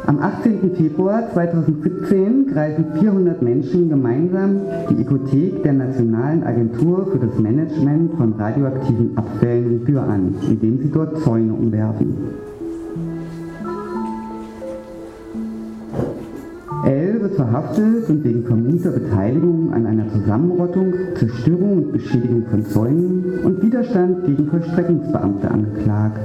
Am 18. Februar 2017 greifen 400 Menschen gemeinsam die Ikothek der Nationalen Agentur für das Management von radioaktiven Abfällen in Bühr an, indem sie dort Zäune umwerfen. Elle wird verhaftet und wegen vermummter Beteiligung an einer Zusammenrottung, Zerstörung und Beschädigung von Zäunen und Widerstand gegen Vollstreckungsbeamte angeklagt.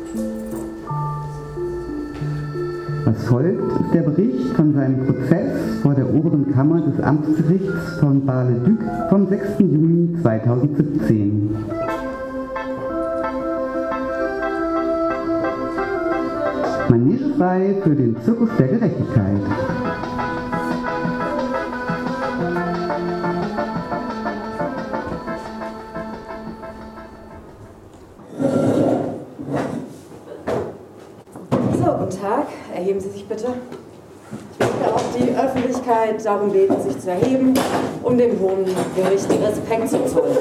Was folgt, ist der Bericht von seinem Prozess vor der oberen Kammer des Amtsgerichts von Bar-le-Duc vom 6. Juni 2017. Manegefrei für den Zirkus der Gerechtigkeit. Erheben Sie sich bitte. Ich möchte auch die Öffentlichkeit darum beten, sich zu erheben, um dem hohen Gericht Respekt zu zollen.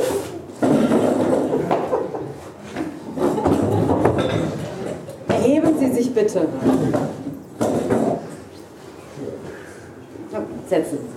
Erheben Sie sich bitte. Setzen Sie sich.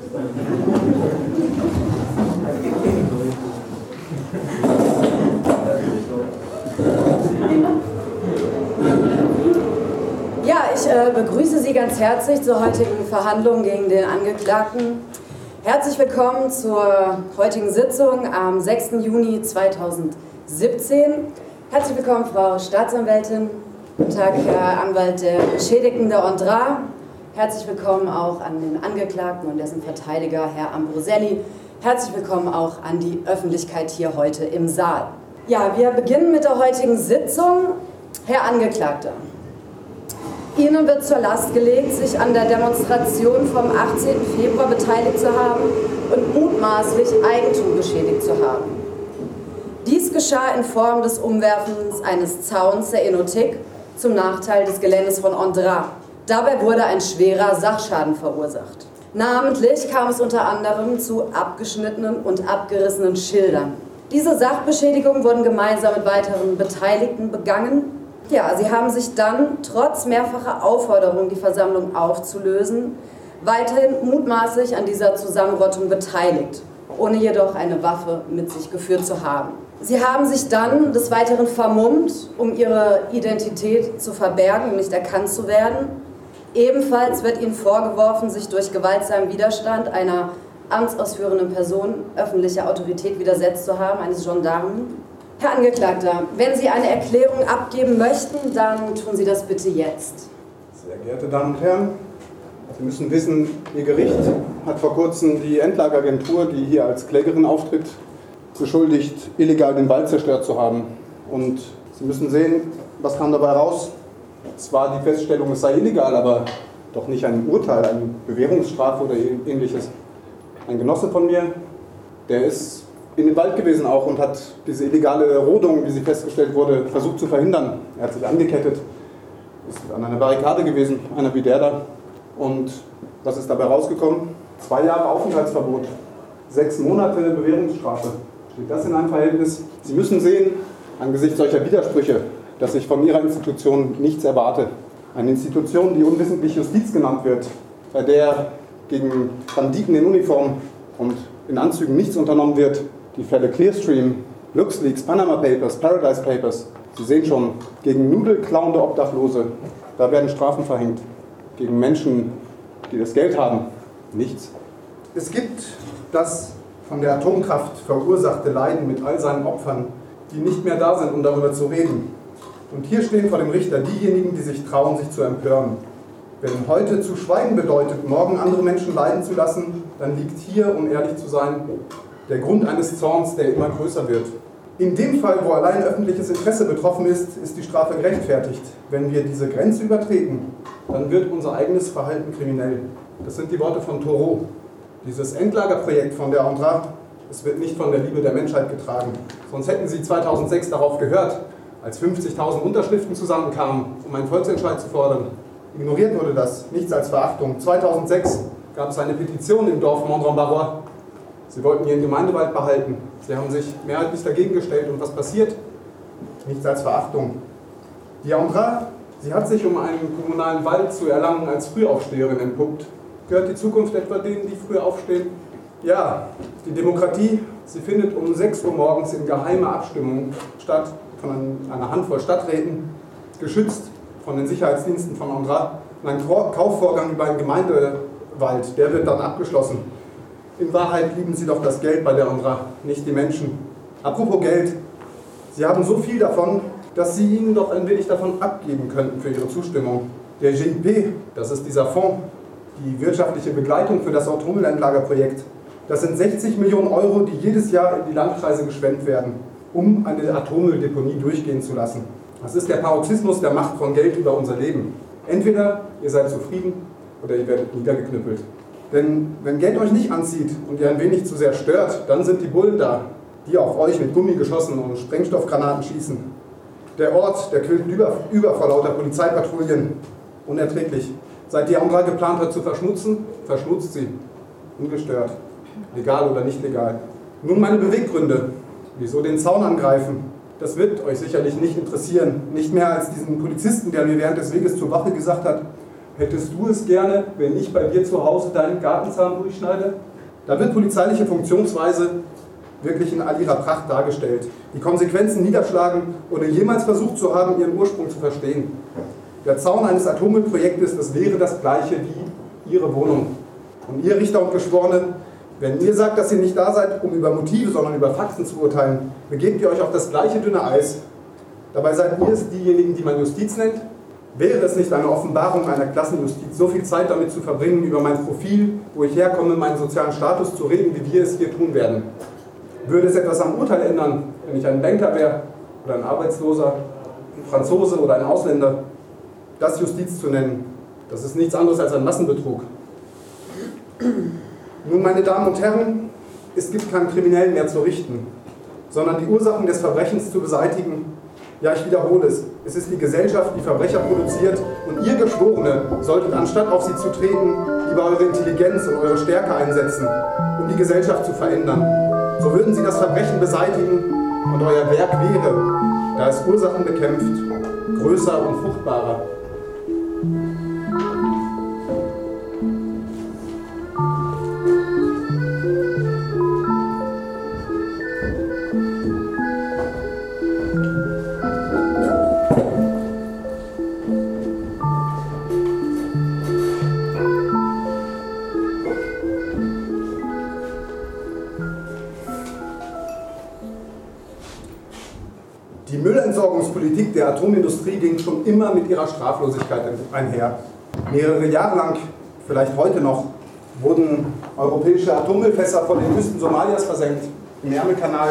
Ich begrüße Sie ganz herzlich zur heutigen Verhandlung gegen den Angeklagten. Herzlich willkommen zur heutigen Sitzung am 6. Juni 2017. Herzlich willkommen, Frau Staatsanwältin. Guten Tag, Herr Anwalt der Beschädigten der Ondra. Herzlich willkommen auch an den Angeklagten und dessen Verteidiger, Herr Ambroselli. Herzlich willkommen auch an die Öffentlichkeit hier heute im Saal. Ja, wir beginnen mit der heutigen Sitzung. Herr Angeklagter, Ihnen wird zur Last gelegt, sich an der Demonstration vom 18. Februar beteiligt zu haben und mutmaßlich Eigentum beschädigt zu haben. Dies geschah in Form des Umwerfens eines Zauns der Enothek zum Nachteil des Geländes von Ondra. Dabei wurde ein schwerer Sachschaden verursacht. Namentlich kam es unter anderem zu abgeschnittenen und abgerissenen Schildern. Diese Sachbeschädigungen wurden gemeinsam mit weiteren Beteiligten begangen. Ja, sie haben sich dann, trotz mehrfacher Aufforderung, die Versammlung aufzulösen, weiterhin mutmaßlich an dieser Zusammenrottung beteiligt, ohne jedoch eine Waffe mit sich geführt zu haben. Sie haben sich dann des Weiteren vermummt, um ihre Identität zu verbergen und nicht erkannt zu werden. Ebenfalls wird ihnen vorgeworfen, sich durch gewaltsamen Widerstand einer amtsausführenden Person öffentlicher Autorität widersetzt zu haben, eines Gendarmen. Herr Angeklagter, wenn Sie eine Erklärung abgeben möchten, dann tun Sie das bitte jetzt. Sehr geehrte Damen und Herren, Sie müssen wissen, Ihr Gericht hat vor kurzem die Endlageagentur, die hier als Klägerin auftritt, beschuldigt, illegal den Wald zerstört zu haben. Und Sie müssen sehen, was kam dabei raus? Zwar die Feststellung, es sei illegal, aber doch nicht ein Urteil, eine Bewährungsstrafe oder ähnliches. Ein Genosse von mir, der ist in den Wald gewesen auch und hat diese illegale Rodung, wie sie festgestellt wurde, versucht zu verhindern. Er hat sich angekettet, ist an einer Barrikade gewesen, einer wie der da. Und was ist dabei rausgekommen? 2 Jahre Aufenthaltsverbot, 6 Monate Bewährungsstrafe. Steht das in einem Verhältnis? Sie müssen sehen, angesichts solcher Widersprüche, dass ich von Ihrer Institution nichts erwarte. Eine Institution, die unwissentlich Justiz genannt wird, bei der gegen Banditen in Uniform und in Anzügen nichts unternommen wird. Die Fälle Clearstream, LuxLeaks, Panama Papers, Paradise Papers. Sie sehen schon, gegen nudelklauende Obdachlose, da werden Strafen verhängt. Gegen Menschen, die das Geld haben, nichts. Es gibt das von der Atomkraft verursachte Leiden mit all seinen Opfern, die nicht mehr da sind, um darüber zu reden. Und hier stehen vor dem Richter diejenigen, die sich trauen, sich zu empören. Wenn heute zu schweigen bedeutet, morgen andere Menschen leiden zu lassen, dann liegt hier, um ehrlich zu sein, der Grund eines Zorns, der immer größer wird. In dem Fall, wo allein öffentliches Interesse betroffen ist, ist die Strafe gerechtfertigt. Wenn wir diese Grenze übertreten, dann wird unser eigenes Verhalten kriminell. Das sind die Worte von Thoreau. Dieses Endlagerprojekt von der Ondra, es wird nicht von der Liebe der Menschheit getragen. Sonst hätten Sie 2006 darauf gehört, als 50.000 Unterschriften zusammenkamen, um einen Volksentscheid zu fordern. Ignoriert wurde das, nichts als Verachtung. 2006 gab es eine Petition im Dorf Mondron-Barrois. Sie wollten ihren Gemeindewald behalten. Sie haben sich mehrheitlich dagegen gestellt. Und was passiert? Nichts als Verachtung. Die Ondra, Sie hat sich, um einen kommunalen Wald zu erlangen, als Frühaufsteherin entpuppt. Gehört die Zukunft etwa denen, die früh aufstehen? Ja, die Demokratie, sie findet um 6 Uhr morgens in geheimer Abstimmung statt, von einer Handvoll Stadträten, geschützt von den Sicherheitsdiensten von UNRWA. Und ein Kaufvorgang über einen Gemeindewald, der wird dann abgeschlossen. In Wahrheit lieben sie doch das Geld bei der UNRWA, nicht die Menschen. Apropos Geld, sie haben so viel davon, dass sie ihnen doch ein wenig davon abgeben könnten für ihre Zustimmung. Der GIP, das ist dieser Fonds, die wirtschaftliche Begleitung für das Atommüllendlagerprojekt, das sind 60 Millionen Euro, die jedes Jahr in die Landkreise geschwemmt werden, um eine Atommülldeponie durchgehen zu lassen. Das ist der Paroxysmus der Macht von Geld über unser Leben. Entweder ihr seid zufrieden oder ihr werdet niedergeknüppelt. Denn wenn Geld euch nicht anzieht und ihr ein wenig zu sehr stört, dann sind die Bullen da, die auf euch mit Gummigeschossen und Sprengstoffgranaten schießen. Der Ort, der quillt über vor lauter Polizeipatrouillen. Unerträglich. Seit die UNRWA geplant hat zu verschmutzen, verschmutzt sie. Ungestört. Legal oder nicht legal. Nun meine Beweggründe. Wieso den Zaun angreifen? Das wird euch sicherlich nicht interessieren. Nicht mehr als diesen Polizisten, der mir während des Weges zur Wache gesagt hat, hättest du es gerne, wenn ich bei dir zu Hause deinen Gartenzaun durchschneide? Da wird polizeiliche Funktionsweise wirklich in all ihrer Pracht dargestellt. Die Konsequenzen niederschlagen, ohne jemals versucht zu haben, ihren Ursprung zu verstehen. Der Zaun eines Atommüllprojektes, das wäre das gleiche wie Ihre Wohnung. Und ihr Richter und Geschworene, wenn ihr sagt, dass ihr nicht da seid, um über Motive, sondern über Fakten zu urteilen, begebt ihr euch auf das gleiche dünne Eis. Dabei seid ihr es diejenigen, die man Justiz nennt. Wäre es nicht eine Offenbarung einer Klassenjustiz, so viel Zeit damit zu verbringen, über mein Profil, wo ich herkomme, meinen sozialen Status zu reden, wie wir es hier tun werden? Würde es etwas am Urteil ändern, wenn ich ein Banker wäre oder ein Arbeitsloser, ein Franzose oder ein Ausländer? Das Justiz zu nennen, das ist nichts anderes als ein Massenbetrug. Nun, meine Damen und Herren, es gibt keinen Kriminellen mehr zu richten, sondern die Ursachen des Verbrechens zu beseitigen. Ja, ich wiederhole es. Es ist die Gesellschaft, die Verbrecher produziert, und ihr Geschworene solltet, anstatt auf sie zu treten, lieber eure Intelligenz und eure Stärke einsetzen, um die Gesellschaft zu verändern. So würden sie das Verbrechen beseitigen und euer Werk wäre, da es Ursachen bekämpft, größer und fruchtbarer. Die Müllentsorgungspolitik der Atomindustrie ging schon immer mit ihrer Straflosigkeit einher. Mehrere Jahre lang, vielleicht heute noch, wurden europäische Atommüllfässer vor den Küsten Somalias versenkt, im Ärmelkanal.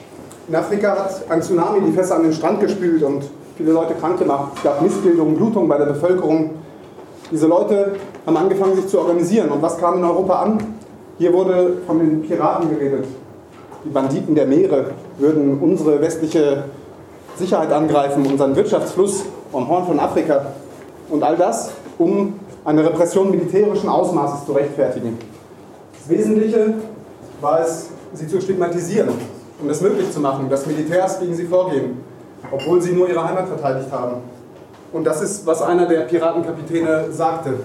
In Afrika hat ein Tsunami die Fässer an den Strand gespült und viele Leute krank gemacht. Es gab Missbildungen, Blutungen bei der Bevölkerung. Diese Leute haben angefangen, sich zu organisieren. Und was kam in Europa an? Hier wurde von den Piraten geredet. Die Banditen der Meere würden unsere westliche Sicherheit angreifen, unseren Wirtschaftsfluss am Horn von Afrika. Und all das, um eine Repression militärischen Ausmaßes zu rechtfertigen. Das Wesentliche war es, sie zu stigmatisieren, um es möglich zu machen, dass Militärs gegen sie vorgehen, obwohl sie nur ihre Heimat verteidigt haben. Und das ist, was einer der Piratenkapitäne sagte.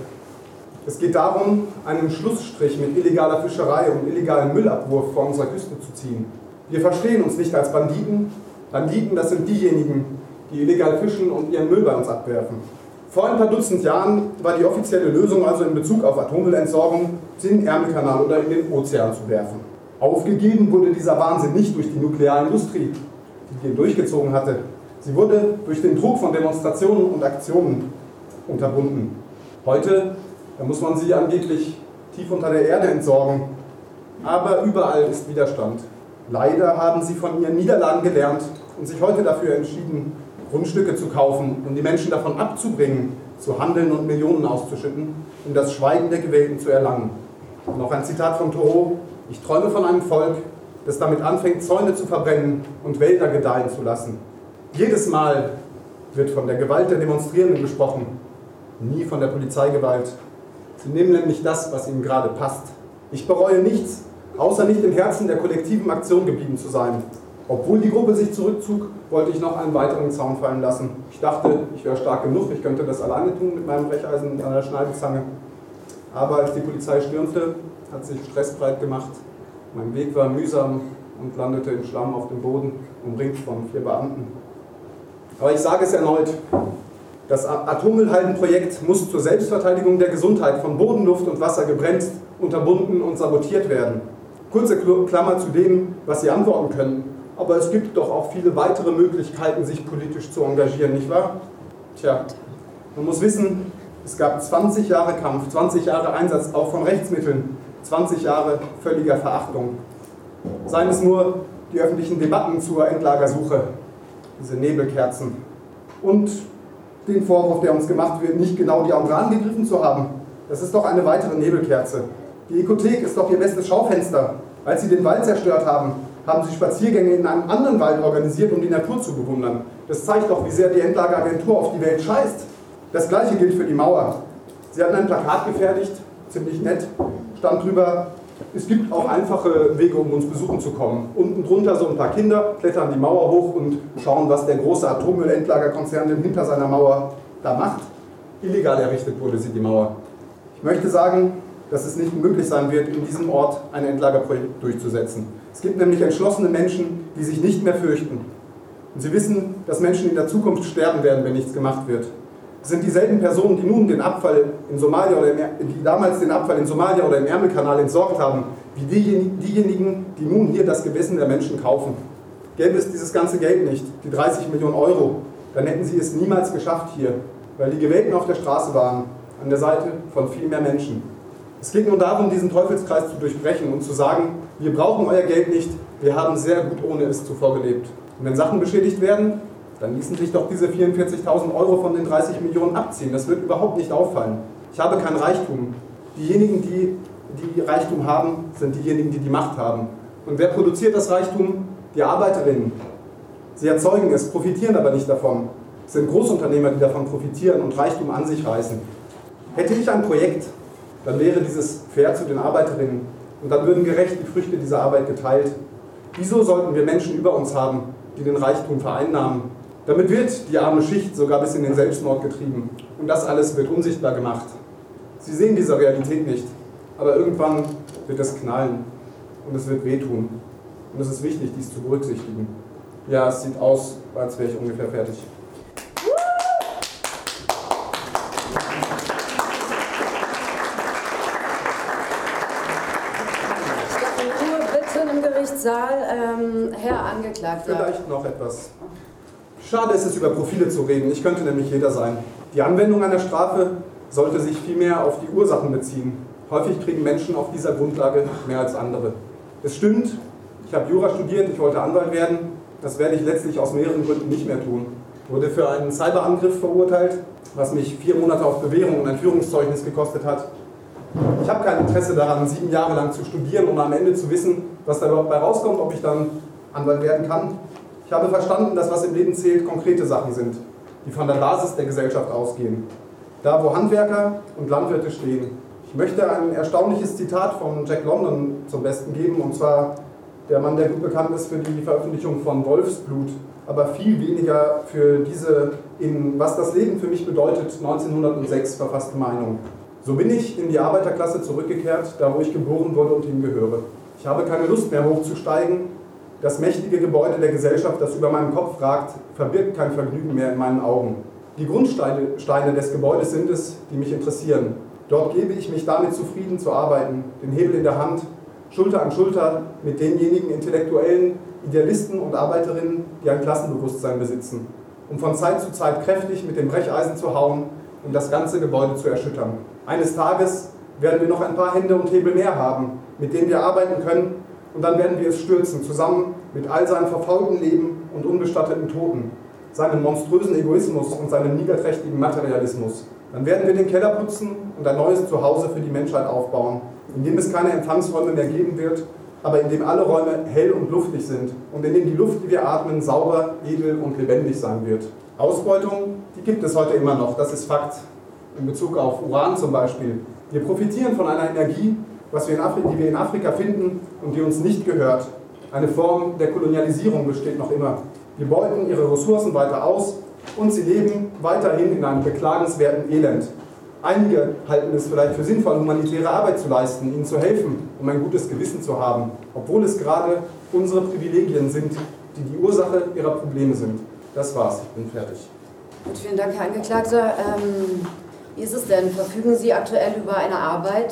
Es geht darum, einen Schlussstrich mit illegaler Fischerei und illegalem Müllabwurf vor unserer Küste zu ziehen. Wir verstehen uns nicht als Banditen. Banditen, das sind diejenigen, die illegal fischen und ihren Müll bei uns abwerfen. Vor ein paar Dutzend Jahren war die offizielle Lösung also in Bezug auf Atommüllentsorgung, sie in den Ärmelkanal oder in den Ozean zu werfen. Aufgegeben wurde dieser Wahnsinn nicht durch die Nuklearindustrie, die den durchgezogen hatte. Sie wurde durch den Druck von Demonstrationen und Aktionen unterbunden. Heute, da muss man sie angeblich tief unter der Erde entsorgen. Aber überall ist Widerstand. Leider haben sie von ihren Niederlagen gelernt und sich heute dafür entschieden, Grundstücke zu kaufen und die Menschen davon abzubringen, zu handeln und Millionen auszuschütten, um das Schweigen der Gewählten zu erlangen. Noch ein Zitat von Thoreau: Ich träume von einem Volk, das damit anfängt, Zäune zu verbrennen und Wälder gedeihen zu lassen. Jedes Mal wird von der Gewalt der Demonstrierenden gesprochen, nie von der Polizeigewalt. Sie nehmen nämlich das, was ihnen gerade passt. Ich bereue nichts, außer nicht im Herzen der kollektiven Aktion geblieben zu sein. Obwohl die Gruppe sich zurückzog, wollte ich noch einen weiteren Zaun fallen lassen. Ich dachte, ich wäre stark genug, ich könnte das alleine tun mit meinem Brecheisen an der Schneidezange. Aber als die Polizei stürmte, hat sich Stress breit gemacht. Mein Weg war mühsam und landete im Schlamm auf dem Boden, umringt von 4 Beamten. Aber ich sage es erneut, das Atommüllhaldenprojekt muss zur Selbstverteidigung der Gesundheit von Boden, Luft und Wasser gebremst, unterbunden und sabotiert werden. Kurze Klammer zu dem, was Sie antworten können. Aber es gibt doch auch viele weitere Möglichkeiten, sich politisch zu engagieren, nicht wahr? Tja, man muss wissen, es gab 20 Jahre Kampf, 20 Jahre Einsatz auch von Rechtsmitteln, 20 Jahre völliger Verachtung. Seien es nur die öffentlichen Debatten zur Endlagersuche, diese Nebelkerzen und den Vorwurf, der uns gemacht wird, nicht genau die Augen angegriffen zu haben. Das ist doch eine weitere Nebelkerze. Die Ekothek ist doch ihr bestes Schaufenster. Als sie den Wald zerstört haben, haben sie Spaziergänge in einem anderen Wald organisiert, um die Natur zu bewundern. Das zeigt doch, wie sehr die Endlageragentur auf die Welt scheißt. Das Gleiche gilt für die Mauer. Sie hatten ein Plakat gefertigt, ziemlich nett, stand drüber: Es gibt auch einfache Wege, um uns besuchen zu kommen. Unten drunter so ein paar Kinder klettern die Mauer hoch und schauen, was der große Atommüllendlagerkonzern hinter seiner Mauer da macht. Illegal errichtet wurde sie, die Mauer. Ich möchte sagen, dass es nicht möglich sein wird, in diesem Ort ein Endlagerprojekt durchzusetzen. Es gibt nämlich entschlossene Menschen, die sich nicht mehr fürchten. Und sie wissen, dass Menschen in der Zukunft sterben werden, wenn nichts gemacht wird. Es sind dieselben Personen, die nun den Abfall in Somalia die damals den Abfall in Somalia oder im Ärmelkanal entsorgt haben, wie diejenigen, die nun hier das Gewissen der Menschen kaufen. Gäbe es dieses ganze Geld nicht, die 30 Millionen Euro, dann hätten sie es niemals geschafft hier, weil die Gewählten auf der Straße waren, an der Seite von viel mehr Menschen. Es geht nur darum, diesen Teufelskreis zu durchbrechen und zu sagen, wir brauchen euer Geld nicht, wir haben sehr gut ohne es zuvor gelebt. Und wenn Sachen beschädigt werden, dann ließen sich doch diese 44.000 Euro von den 30 Millionen abziehen. Das wird überhaupt nicht auffallen. Ich habe kein Reichtum. Diejenigen, die Reichtum haben, sind diejenigen, die die Macht haben. Und wer produziert das Reichtum? Die Arbeiterinnen. Sie erzeugen es, profitieren aber nicht davon. Es sind Großunternehmer, die davon profitieren und Reichtum an sich reißen. Hätte ich ein Projekt, dann wäre dieses fair zu den Arbeiterinnen und dann würden gerecht die Früchte dieser Arbeit geteilt. Wieso sollten wir Menschen über uns haben, die den Reichtum vereinnahmen? Damit wird die arme Schicht sogar bis in den Selbstmord getrieben. Und das alles wird unsichtbar gemacht. Sie sehen diese Realität nicht, aber irgendwann wird es knallen und es wird wehtun. Und es ist wichtig, dies zu berücksichtigen. Ja, es sieht aus, als wäre ich ungefähr fertig. Herr Angeklagter. Vielleicht noch etwas. Schade ist es, über Profile zu reden. Ich könnte nämlich jeder sein. Die Anwendung einer Strafe sollte sich vielmehr auf die Ursachen beziehen. Häufig kriegen Menschen auf dieser Grundlage mehr als andere. Es stimmt, ich habe Jura studiert, ich wollte Anwalt werden. Das werde ich letztlich aus mehreren Gründen nicht mehr tun. Ich wurde für einen Cyberangriff verurteilt, was mich 4 Monate auf Bewährung und ein Führungszeugnis gekostet hat. Ich habe kein Interesse daran, 7 Jahre lang zu studieren, um am Ende zu wissen, was da überhaupt bei rauskommt, ob ich dann Anwalt werden kann. Ich habe verstanden, dass was im Leben zählt, konkrete Sachen sind, die von der Basis der Gesellschaft ausgehen. Da, wo Handwerker und Landwirte stehen. Ich möchte ein erstaunliches Zitat von Jack London zum Besten geben, und zwar der Mann, der gut bekannt ist für die Veröffentlichung von Wolfsblut, aber viel weniger für diese in Was das Leben für mich bedeutet 1906 verfasste Meinung. So bin ich in die Arbeiterklasse zurückgekehrt, da wo ich geboren wurde und hingehöre. Ich habe keine Lust mehr hochzusteigen. Das mächtige Gebäude der Gesellschaft, das über meinem Kopf ragt, verbirgt kein Vergnügen mehr in meinen Augen. Die Grundsteine des Gebäudes sind es, die mich interessieren. Dort gebe ich mich damit zufrieden zu arbeiten, den Hebel in der Hand, Schulter an Schulter mit denjenigen Intellektuellen, Idealisten und Arbeiterinnen, die ein Klassenbewusstsein besitzen, um von Zeit zu Zeit kräftig mit dem Brecheisen zu hauen und das ganze Gebäude zu erschüttern. Eines Tages werden wir noch ein paar Hände und Hebel mehr haben, mit denen wir arbeiten können, und dann werden wir es stürzen, zusammen mit all seinem verfaulten Leben und unbestatteten Toten, seinem monströsen Egoismus und seinem niederträchtigen Materialismus. Dann werden wir den Keller putzen und ein neues Zuhause für die Menschheit aufbauen, in dem es keine Empfangsräume mehr geben wird, aber in dem alle Räume hell und luftig sind und in dem die Luft, die wir atmen, sauber, edel und lebendig sein wird. Ausbeutung, die gibt es heute immer noch, das ist Fakt. In Bezug auf Uran zum Beispiel. Wir profitieren von einer Energie, die wir in Afrika finden und die uns nicht gehört. Eine Form der Kolonialisierung besteht noch immer. Wir beuten ihre Ressourcen weiter aus und sie leben weiterhin in einem beklagenswerten Elend. Einige halten es vielleicht für sinnvoll, humanitäre Arbeit zu leisten, ihnen zu helfen, um ein gutes Gewissen zu haben, obwohl es gerade unsere Privilegien sind, die die Ursache ihrer Probleme sind. Das war's, ich bin fertig. Gut, vielen Dank, Herr Angeklagter. Wie ist es denn? Verfügen Sie aktuell über eine Arbeit?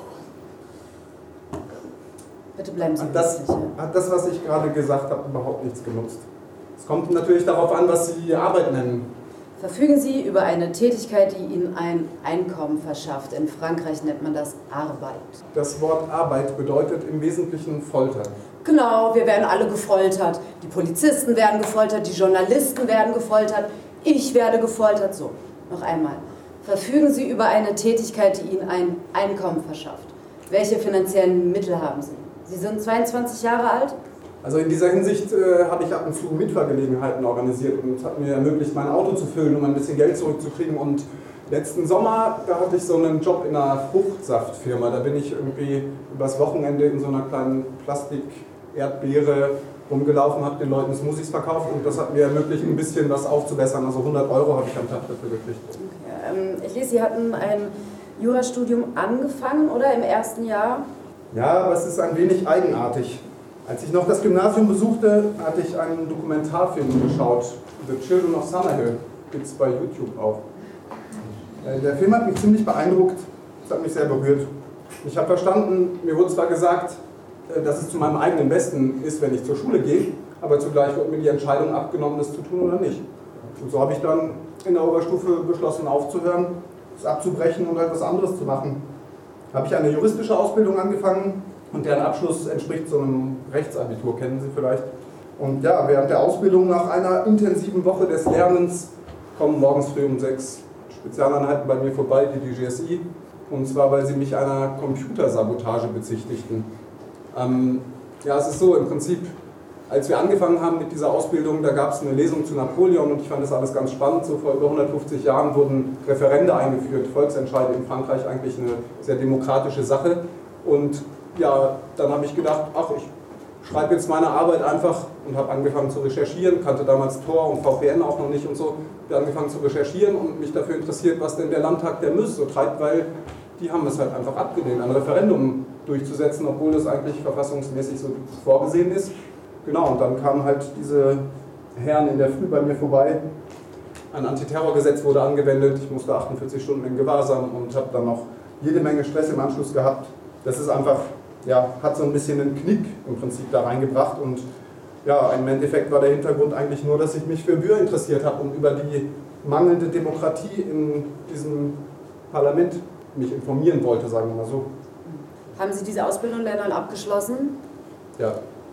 Bitte bleiben Sie Hat das, was ich gerade gesagt habe, überhaupt nichts genutzt? Es kommt natürlich darauf an, was Sie Arbeit nennen. Verfügen Sie über eine Tätigkeit, die Ihnen ein Einkommen verschafft? In Frankreich nennt man das Arbeit. Das Wort Arbeit bedeutet im Wesentlichen Folter. Genau, wir werden alle gefoltert. Die Polizisten werden gefoltert, die Journalisten werden gefoltert, ich werde gefoltert. So, noch einmal. Verfügen Sie über eine Tätigkeit, die Ihnen ein Einkommen verschafft? Welche finanziellen Mittel haben Sie? Sie sind 22 Jahre alt? Also in dieser Hinsicht habe ich ab und zu Mitfahrgelegenheiten organisiert und es hat mir ermöglicht, mein Auto zu füllen, um ein bisschen Geld zurückzukriegen. Und letzten Sommer, da hatte ich so einen Job in einer Fruchtsaftfirma. Da bin ich irgendwie übers Wochenende in so einer kleinen Plastik-Erdbeere rumgelaufen, habe den Leuten Smoothies verkauft und das hat mir ermöglicht, ein bisschen was aufzubessern. Also 100 € habe ich am Tag dafür gekriegt. Okay. Ich lese, Sie hatten ein Jurastudium angefangen, oder? Im ersten Jahr? Ja, aber es ist ein wenig eigenartig. Als ich noch das Gymnasium besuchte, hatte ich einen Dokumentarfilm geschaut. The Children of Summerhill, gibt es bei YouTube auch. Der Film hat mich ziemlich beeindruckt, es hat mich sehr berührt. Ich habe verstanden, mir wurde zwar gesagt, dass es zu meinem eigenen Besten ist, wenn ich zur Schule gehe, aber zugleich wurde mir die Entscheidung abgenommen, das zu tun oder nicht. Und so habe ich dann in der Oberstufe beschlossen aufzuhören, es abzubrechen und etwas anderes zu machen. Habe ich eine juristische Ausbildung angefangen und deren Abschluss entspricht so einem Rechtsabitur, kennen Sie vielleicht. Und ja, während der Ausbildung nach einer intensiven Woche des Lernens kommen morgens früh um 6 Spezialeinheiten bei mir vorbei, die GSI, und zwar, weil sie mich einer Computersabotage bezichtigten. Ja, es ist so, im Prinzip, als wir angefangen haben mit dieser Ausbildung, da gab es eine Lesung zu Napoleon und ich fand das alles ganz spannend. So vor über 150 Jahren wurden Referende eingeführt, Volksentscheide in Frankreich, eigentlich eine sehr demokratische Sache. Und ja, dann habe ich gedacht, ach, ich schreibe jetzt meine Arbeit einfach und habe angefangen zu recherchieren, kannte damals Tor und VPN auch noch nicht und so. Ich habe angefangen zu recherchieren und mich dafür interessiert, was denn der Landtag der Münz so treibt, weil die haben es halt einfach abgelehnt, ein Referendum durchzusetzen, obwohl das eigentlich verfassungsmäßig so vorgesehen ist. Genau, und dann kamen halt diese Herren in der Früh bei mir vorbei. Ein Antiterrorgesetz wurde angewendet, ich musste 48 Stunden in Gewahrsam und habe dann noch jede Menge Stress im Anschluss gehabt. Das ist einfach, ja, hat so ein bisschen einen Knick im Prinzip da reingebracht und ja, im Endeffekt war der Hintergrund eigentlich nur, dass ich mich für Bühr interessiert habe und über die mangelnde Demokratie in diesem Parlament mich informieren wollte, sagen wir mal so. Haben Sie diese Ausbildung denn dann abgeschlossen? Ja.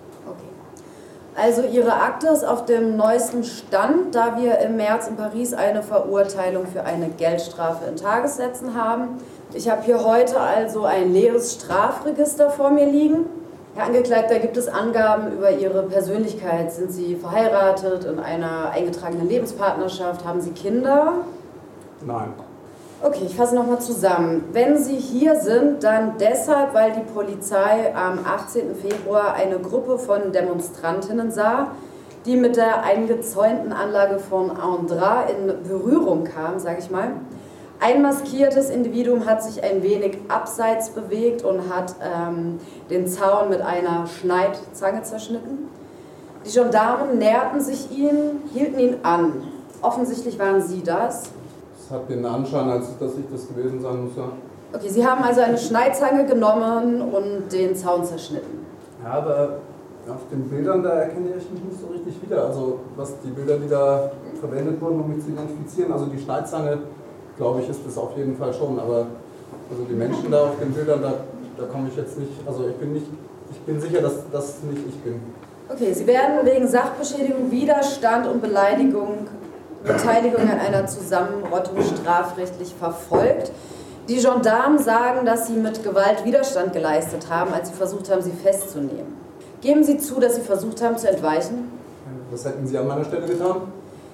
Okay. Also Ihre Akte ist auf dem neuesten Stand, da wir im März in Paris eine Verurteilung für eine Geldstrafe in Tagessätzen haben. Ich habe hier heute also ein leeres Strafregister vor mir liegen. Herr Angeklagter, gibt es Angaben über Ihre Persönlichkeit? Sind Sie verheiratet, in einer eingetragenen Lebenspartnerschaft? Haben Sie Kinder? Nein. Okay, ich fasse nochmal zusammen. Wenn Sie hier sind, dann deshalb, weil die Polizei am 18. Februar eine Gruppe von Demonstrantinnen sah, die mit der eingezäunten Anlage von Andra in Berührung kam, sage ich mal. Ein maskiertes Individuum hat sich ein wenig abseits bewegt und hat den Zaun mit einer Schneidzange zerschnitten. Die Gendarmen näherten sich ihm, hielten ihn an. Offensichtlich waren Sie das. Es hat den Anschein, als dass ich das gewesen sein muss, ja. Okay, Sie haben also eine Schneidzange genommen und den Zaun zerschnitten. Ja, aber auf den Bildern, da erkenne ich mich nicht so richtig wieder. Also was die Bilder, die da verwendet wurden, um mich zu identifizieren, also die Schneidzange, glaube ich, ist das auf jeden Fall schon. Aber also die Menschen da auf den Bildern, da komme ich jetzt nicht, also ich bin sicher, dass das nicht ich bin. Okay, Sie werden wegen Sachbeschädigung, Widerstand und Beteiligung an einer Zusammenrottung strafrechtlich verfolgt. Die Gendarmen sagen, dass Sie mit Gewalt Widerstand geleistet haben, als Sie versucht haben, Sie festzunehmen. Geben Sie zu, dass Sie versucht haben zu entweichen? Was hätten Sie an meiner Stelle getan?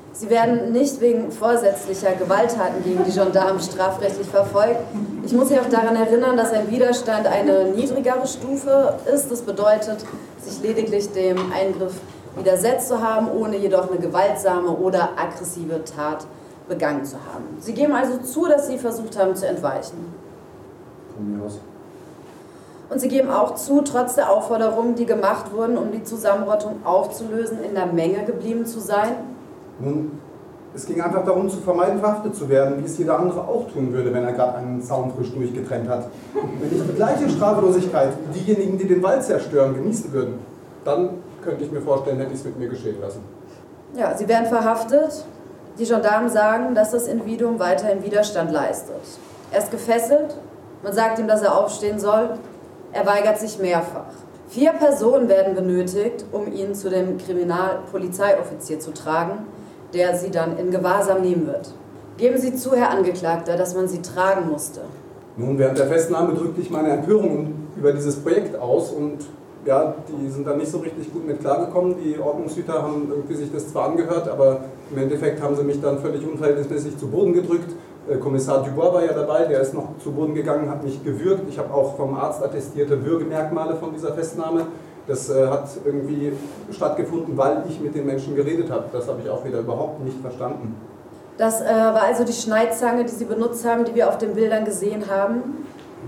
Sie werden nicht wegen vorsätzlicher Gewalttaten gegen die Gendarmen strafrechtlich verfolgt. Ich muss Sie auch daran erinnern, dass ein Widerstand eine niedrigere Stufe ist. Das bedeutet, sich lediglich dem Eingriff widersetzt zu haben, ohne jedoch eine gewaltsame oder aggressive Tat begangen zu haben. Sie geben also zu, dass Sie versucht haben zu entweichen. Von mir aus. Und Sie geben auch zu, trotz der Aufforderungen, die gemacht wurden, um die Zusammenrottung aufzulösen, in der Menge geblieben zu sein? Nun, es ging einfach darum zu vermeiden, verhaftet zu werden, wie es jeder andere auch tun würde, wenn er gerade einen Zaun frisch durchgetrennt hat. Wenn ich die gleiche Straflosigkeit wie diejenigen, die den Wald zerstören, genießen würden, dann könnte ich mir vorstellen, hätte ich es mit mir geschehen lassen. Ja, Sie werden verhaftet. Die Gendarmen sagen, dass das Individuum weiterhin Widerstand leistet. Er ist gefesselt, man sagt ihm, dass er aufstehen soll. Er weigert sich mehrfach. 4 Personen werden benötigt, um ihn zu dem Kriminalpolizeioffizier zu tragen, der sie dann in Gewahrsam nehmen wird. Geben Sie zu, Herr Angeklagter, dass man sie tragen musste. Nun, während der Festnahme drückte ich meine Empörung über dieses Projekt aus und ja, die sind dann nicht so richtig gut mit klargekommen. Die Ordnungshüter haben irgendwie sich das zwar angehört, aber im Endeffekt haben sie mich dann völlig unverhältnismäßig zu Boden gedrückt. Kommissar Dubois war ja dabei, der ist noch zu Boden gegangen, hat mich gewürgt. Ich habe auch vom Arzt attestierte Würgemerkmale von dieser Festnahme. Das hat irgendwie stattgefunden, weil ich mit den Menschen geredet habe. Das habe ich auch wieder überhaupt nicht verstanden. Das war also die Schneidzange, die Sie benutzt haben, die wir auf den Bildern gesehen haben.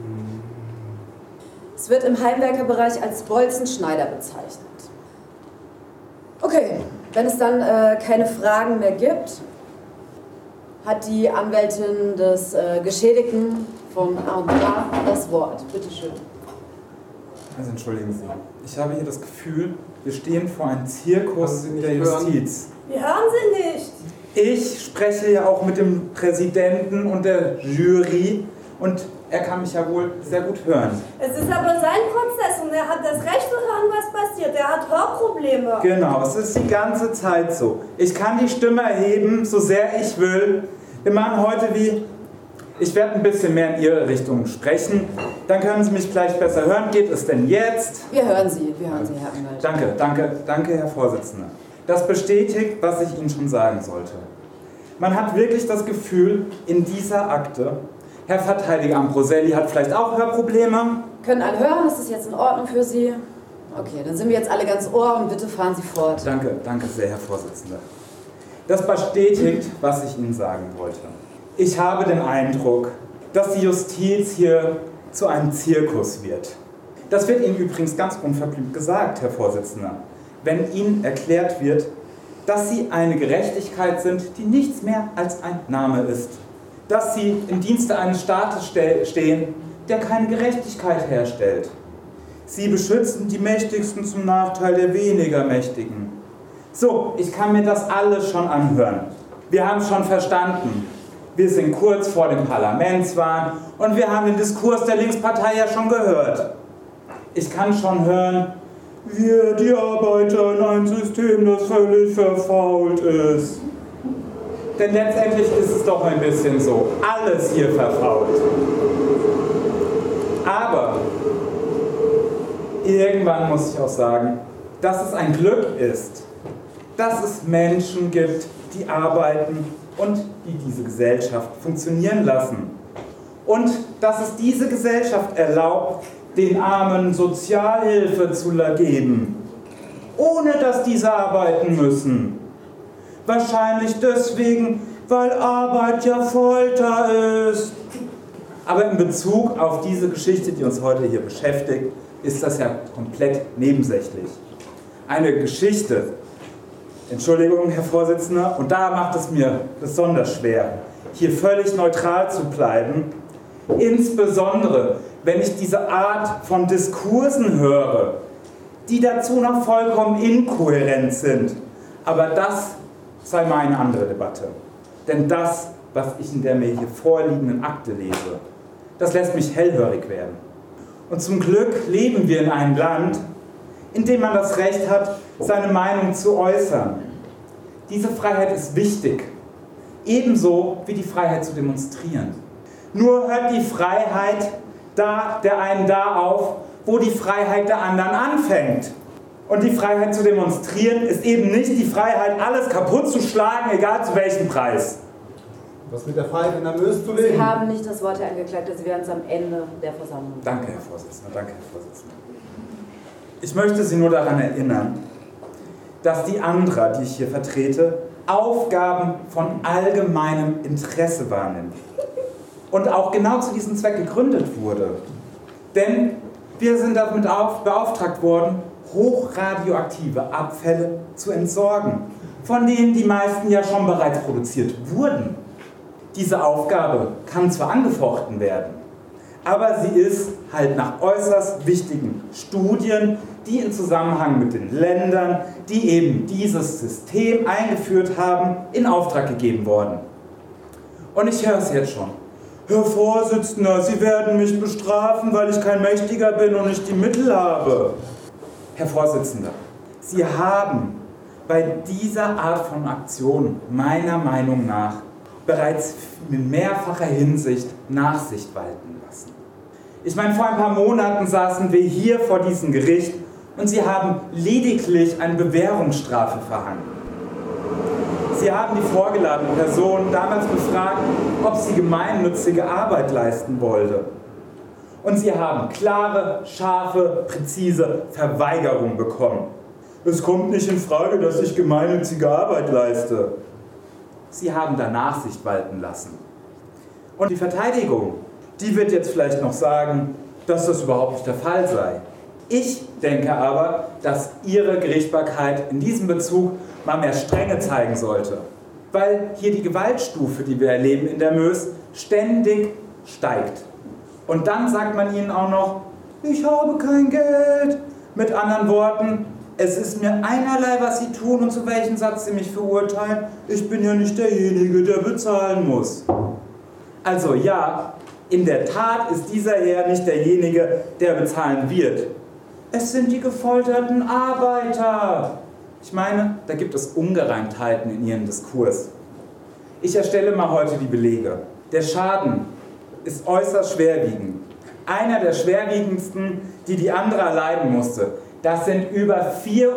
Es wird im Heimwerkerbereich als Bolzenschneider bezeichnet. Okay, wenn es dann keine Fragen mehr gibt, hat die Anwältin des Geschädigten von Arndt das Wort. Bitte schön. Also entschuldigen Sie, ich habe hier das Gefühl, wir stehen vor einem Zirkus der Justiz. Wir hören Sie nicht. Ich spreche ja auch mit dem Präsidenten und der Jury und er kann mich ja wohl sehr gut hören. Es ist aber sein Prozess und er hat das Recht zu hören, was passiert. Er hat Hörprobleme. Genau, es ist die ganze Zeit so. Ich kann die Stimme erheben, so sehr ich will. Wir machen heute wie... Ich werde ein bisschen mehr in Ihre Richtung sprechen. Dann können Sie mich vielleicht besser hören. Geht es denn jetzt? Wir hören Sie, Herr Anwalt. Danke, Herr Vorsitzender. Das bestätigt, was ich Ihnen schon sagen sollte. Man hat wirklich das Gefühl, in dieser Akte, Herr Verteidiger Ambroselli hat vielleicht auch Hörprobleme. Können alle hören? Ist das jetzt in Ordnung für Sie? Okay, dann sind wir jetzt alle ganz Ohr und bitte fahren Sie fort. Danke sehr, Herr Vorsitzender. Das bestätigt, was ich Ihnen sagen wollte. Ich habe den Eindruck, dass die Justiz hier zu einem Zirkus wird. Das wird Ihnen übrigens ganz unverblümt gesagt, Herr Vorsitzender, wenn Ihnen erklärt wird, dass Sie eine Gerechtigkeit sind, die nichts mehr als ein Name ist. Dass Sie im Dienste eines Staates stehen, der keine Gerechtigkeit herstellt. Sie beschützen die Mächtigsten zum Nachteil der weniger Mächtigen. So, ich kann mir das alles schon anhören. Wir haben es schon verstanden. Wir sind kurz vor dem Parlamentswahlen und wir haben den Diskurs der Linkspartei ja schon gehört. Ich kann schon hören, wir, die Arbeiter, in ein System, das völlig verfault ist. Denn letztendlich ist es doch ein bisschen so, alles hier verfault. Aber irgendwann muss ich auch sagen, dass es ein Glück ist, dass es Menschen gibt, die arbeiten und die diese Gesellschaft funktionieren lassen. Und dass es diese Gesellschaft erlaubt, den Armen Sozialhilfe zu geben, ohne dass diese arbeiten müssen. Wahrscheinlich deswegen, weil Arbeit ja Folter ist. Aber in Bezug auf diese Geschichte, die uns heute hier beschäftigt, ist das ja komplett nebensächlich. Eine Geschichte, Entschuldigung, Herr Vorsitzender, und da macht es mir besonders schwer, hier völlig neutral zu bleiben, insbesondere wenn ich diese Art von Diskursen höre, die dazu noch vollkommen inkohärent sind. Aber das sei mal eine andere Debatte. Denn das, was ich in der mir hier vorliegenden Akte lese, das lässt mich hellhörig werden. Und zum Glück leben wir in einem Land, in dem man das Recht hat, seine Meinung zu äußern. Diese Freiheit ist wichtig, ebenso wie die Freiheit zu demonstrieren. Nur hört die Freiheit der einen da auf, wo die Freiheit der anderen anfängt. Und die Freiheit zu demonstrieren ist eben nicht die Freiheit, alles kaputt zu schlagen, egal zu welchem Preis. Was mit der Freiheit in der Mös zu leben? Sie haben nicht das Wort, Herr Angeklagter. Sie werden es am Ende der Versammlung. Danke, Herr Vorsitzender. Danke, Herr Vorsitzender. Ich möchte Sie nur daran erinnern, dass die ANDRA, die ich hier vertrete, Aufgaben von allgemeinem Interesse wahrnimmt und auch genau zu diesem Zweck gegründet wurde. Denn wir sind damit beauftragt worden, hochradioaktive Abfälle zu entsorgen, von denen die meisten ja schon bereits produziert wurden. Diese Aufgabe kann zwar angefochten werden, aber sie ist halt nach äußerst wichtigen Studien, die in Zusammenhang mit den Ländern, die eben dieses System eingeführt haben, in Auftrag gegeben worden. Und ich höre es jetzt schon. Herr Vorsitzender, Sie werden mich bestrafen, weil ich kein Mächtiger bin und nicht die Mittel habe. Herr Vorsitzender, Sie haben bei dieser Art von Aktion meiner Meinung nach bereits in mehrfacher Hinsicht Nachsicht walten lassen. Ich meine, vor ein paar Monaten saßen wir hier vor diesem Gericht und Sie haben lediglich eine Bewährungsstrafe verhangen. Sie haben die vorgeladene Person damals befragt, ob sie gemeinnützige Arbeit leisten wollte. Und Sie haben klare, scharfe, präzise Verweigerung bekommen. Es kommt nicht in Frage, dass ich gemeinnützige Arbeit leiste. Sie haben da Nachsicht walten lassen. Und die Verteidigung, die wird jetzt vielleicht noch sagen, dass das überhaupt nicht der Fall sei. Ich denke aber, dass Ihre Gerichtsbarkeit in diesem Bezug mal mehr Strenge zeigen sollte. Weil hier die Gewaltstufe, die wir erleben in der Mös, ständig steigt. Und dann sagt man ihnen auch noch, ich habe kein Geld. Mit anderen Worten, es ist mir einerlei, was Sie tun und zu welchem Satz Sie mich verurteilen. Ich bin ja nicht derjenige, der bezahlen muss. Also ja, in der Tat ist dieser Herr nicht derjenige, der bezahlen wird. Es sind die gefolterten Arbeiter. Ich meine, da gibt es Ungereimtheiten in Ihrem Diskurs. Ich erstelle mal heute die Belege. Der Schaden ist äußerst schwerwiegend. Einer der schwerwiegendsten, die die ANDRA erleiden musste. Das sind über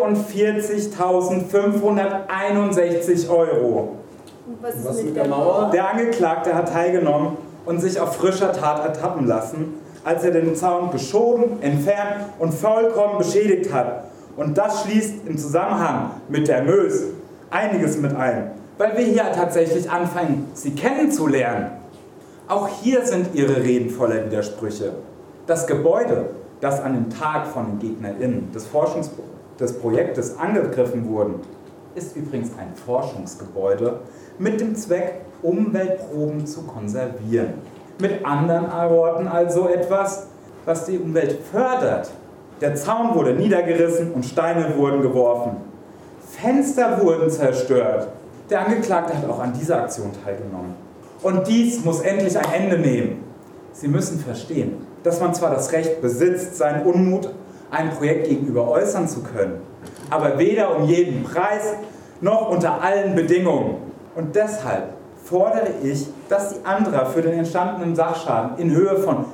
44.561 Euro. Was ist mit der Mauer? Der Angeklagte hat teilgenommen und sich auf frischer Tat ertappen lassen, als er den Zaun geschoben, entfernt und vollkommen beschädigt hat. Und das schließt im Zusammenhang mit der Mös einiges mit ein, weil wir hier tatsächlich anfangen, sie kennenzulernen. Auch hier sind Ihre Reden voller Widersprüche. Das Gebäude, das an dem Tag von den GegnerInnen des Projektes angegriffen wurde, ist übrigens ein Forschungsgebäude mit dem Zweck, Umweltproben zu konservieren. Mit anderen Worten also etwas, was die Umwelt fördert. Der Zaun wurde niedergerissen und Steine wurden geworfen. Fenster wurden zerstört. Der Angeklagte hat auch an dieser Aktion teilgenommen. Und dies muss endlich ein Ende nehmen. Sie müssen verstehen, dass man zwar das Recht besitzt, seinen Unmut einem Projekt gegenüber äußern zu können, aber weder um jeden Preis noch unter allen Bedingungen. Und deshalb fordere ich, dass die ANDRA für den entstandenen Sachschaden in Höhe von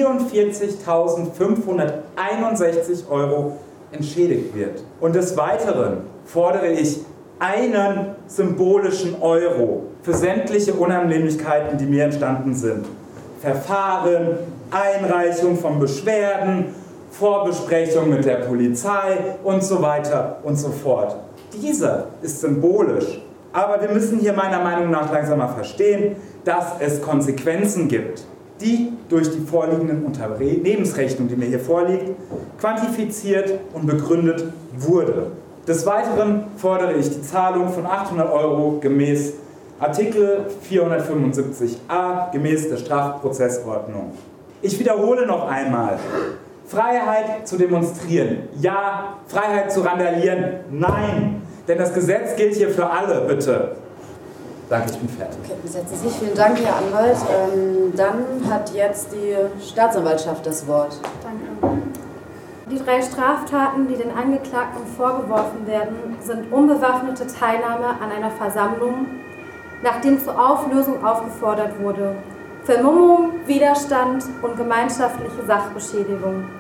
44.561 Euro entschädigt wird. Und des Weiteren fordere ich einen symbolischen Euro für sämtliche Unannehmlichkeiten, die mir entstanden sind. Verfahren, Einreichung von Beschwerden, Vorbesprechung mit der Polizei und so weiter und so fort. Dieser ist symbolisch. Aber wir müssen hier meiner Meinung nach langsam mal verstehen, dass es Konsequenzen gibt, die durch die vorliegenden Unternehmensrechnung, die mir hier vorliegt, quantifiziert und begründet wurde. Des Weiteren fordere ich die Zahlung von 800 Euro gemäß Artikel 475a gemäß der Strafprozessordnung. Ich wiederhole noch einmal. Freiheit zu demonstrieren, ja. Freiheit zu randalieren, nein. Denn das Gesetz gilt hier für alle, bitte. Danke, ich bin fertig. Okay, setzen Sie sich. Vielen Dank, Herr Anwalt. Dann hat jetzt die Staatsanwaltschaft das Wort. Danke. Die 3 Straftaten, die den Angeklagten vorgeworfen werden, sind unbewaffnete Teilnahme an einer Versammlung, nachdem zur Auflösung aufgefordert wurde, Vermummung, Widerstand und gemeinschaftliche Sachbeschädigung.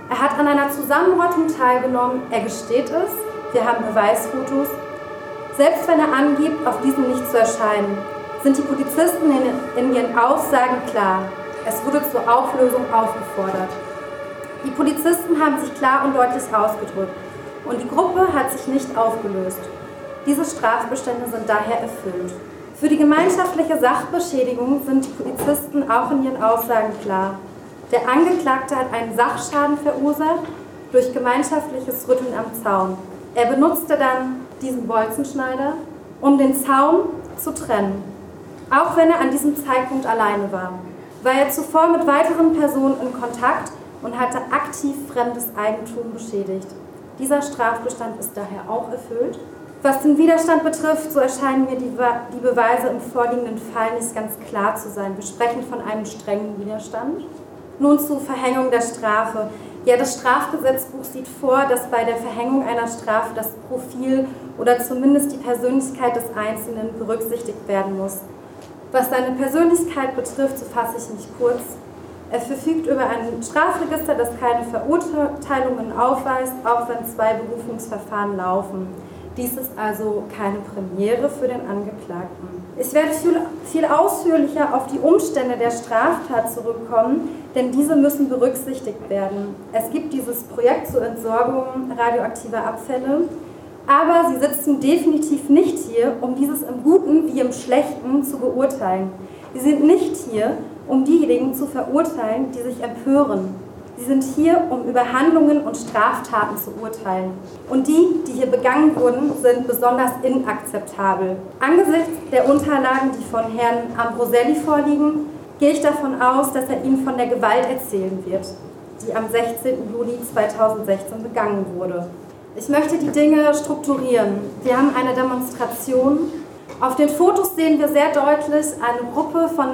Er hat an einer Zusammenrottung teilgenommen, er gesteht es, wir haben Beweisfotos. Selbst wenn er angibt, auf diesem nicht zu erscheinen, sind die Polizisten in ihren Aussagen klar. Es wurde zur Auflösung aufgefordert. Die Polizisten haben sich klar und deutlich ausgedrückt und die Gruppe hat sich nicht aufgelöst. Diese Strafbestände sind daher erfüllt. Für die gemeinschaftliche Sachbeschädigung sind die Polizisten auch in ihren Aussagen klar. Der Angeklagte hat einen Sachschaden verursacht durch gemeinschaftliches Rütteln am Zaun. Er benutzte dann diesen Bolzenschneider, um den Zaun zu trennen, auch wenn er an diesem Zeitpunkt alleine war. War er zuvor mit weiteren Personen in Kontakt und hatte aktiv fremdes Eigentum beschädigt. Dieser Strafbestand ist daher auch erfüllt. Was den Widerstand betrifft, so erscheinen mir die Beweise im vorliegenden Fall nicht ganz klar zu sein. Wir sprechen von einem strengen Widerstand. Nun zur Verhängung der Strafe. Ja, das Strafgesetzbuch sieht vor, dass bei der Verhängung einer Strafe das Profil oder zumindest die Persönlichkeit des Einzelnen berücksichtigt werden muss. Was seine Persönlichkeit betrifft, so fasse ich mich kurz. Er verfügt über ein Strafregister, das keine Verurteilungen aufweist, auch wenn 2 Berufungsverfahren laufen. Dies ist also keine Premiere für den Angeklagten. Ich werde viel ausführlicher auf die Umstände der Straftat zurückkommen, denn diese müssen berücksichtigt werden. Es gibt dieses Projekt zur Entsorgung radioaktiver Abfälle, aber sie sitzen definitiv nicht hier, um dieses im Guten wie im Schlechten zu beurteilen. Sie sind nicht hier, um diejenigen zu verurteilen, die sich empören. Sie sind hier, um über Handlungen und Straftaten zu urteilen. Und die hier begangen wurden, sind besonders inakzeptabel. Angesichts der Unterlagen, die von Herrn Ambroselli vorliegen, gehe ich davon aus, dass er Ihnen von der Gewalt erzählen wird, die am 16. Juli 2016 begangen wurde. Ich möchte die Dinge strukturieren. Wir haben eine Demonstration. Auf den Fotos sehen wir sehr deutlich eine Gruppe von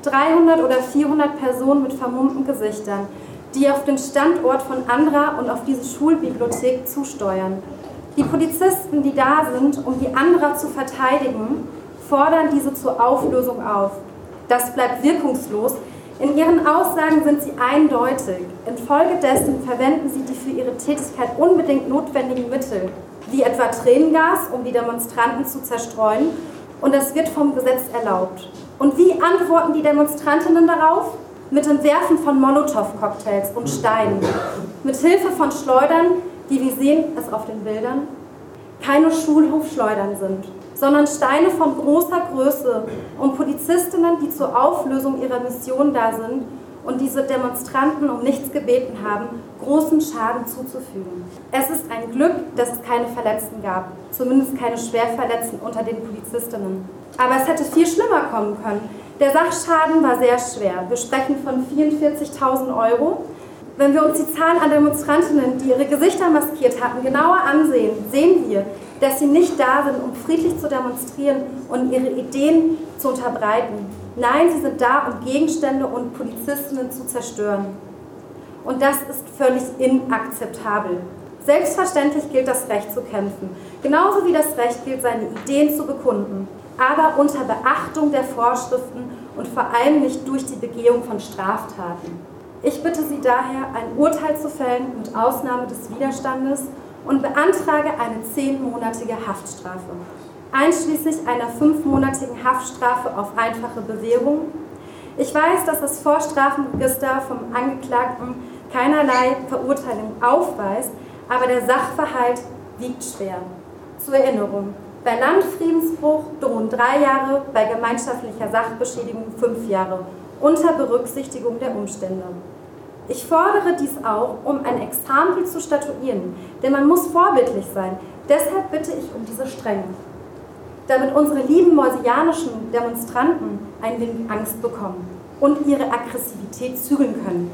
300 oder 400 Personen mit vermummten Gesichtern, die auf den Standort von Andra und auf diese Schulbibliothek zusteuern. Die Polizisten, die da sind, um die Andra zu verteidigen, fordern diese zur Auflösung auf. Das bleibt wirkungslos. In ihren Aussagen sind sie eindeutig. Infolgedessen verwenden sie die für ihre Tätigkeit unbedingt notwendigen Mittel, wie etwa Tränengas, um die Demonstranten zu zerstreuen, und das wird vom Gesetz erlaubt. Und wie antworten die Demonstrantinnen darauf? Mit dem Werfen von Molotow-Cocktails und Steinen, mit Hilfe von Schleudern, die, wir sehen es auf den Bildern, keine Schulhofschleudern sind, sondern Steine von großer Größe, um Polizistinnen, die zur Auflösung ihrer Mission da sind und diese Demonstranten um nichts gebeten haben, großen Schaden zuzufügen. Es ist ein Glück, dass es keine Verletzten gab, zumindest keine Schwerverletzten unter den Polizistinnen. Aber es hätte viel schlimmer kommen können. Der Sachschaden war sehr schwer. Wir sprechen von 44.000 €. Wenn wir uns die Zahlen an Demonstrantinnen, die ihre Gesichter maskiert hatten, genauer ansehen, sehen wir, dass sie nicht da sind, um friedlich zu demonstrieren und ihre Ideen zu unterbreiten. Nein, sie sind da, um Gegenstände und Polizistinnen zu zerstören. Und das ist völlig inakzeptabel. Selbstverständlich gilt das Recht zu kämpfen, genauso wie das Recht gilt, seine Ideen zu bekunden, aber unter Beachtung der Vorschriften und vor allem nicht durch die Begehung von Straftaten. Ich bitte Sie daher, ein Urteil zu fällen mit Ausnahme des Widerstandes und beantrage eine 10-monatige Haftstrafe, einschließlich einer 5-monatigen Haftstrafe auf einfache Bewährung. Ich weiß, dass das Vorstrafenregister vom Angeklagten keinerlei Verurteilung aufweist, aber der Sachverhalt wiegt schwer. Zur Erinnerung: Bei Landfriedensbruch drohen 3 Jahre, bei gemeinschaftlicher Sachbeschädigung 5 Jahre, unter Berücksichtigung der Umstände. Ich fordere dies auch, um ein Exempel zu statuieren, denn man muss vorbildlich sein. Deshalb bitte ich um diese Strenge, damit unsere lieben moisianischen Demonstranten ein wenig Angst bekommen und ihre Aggressivität zügeln können.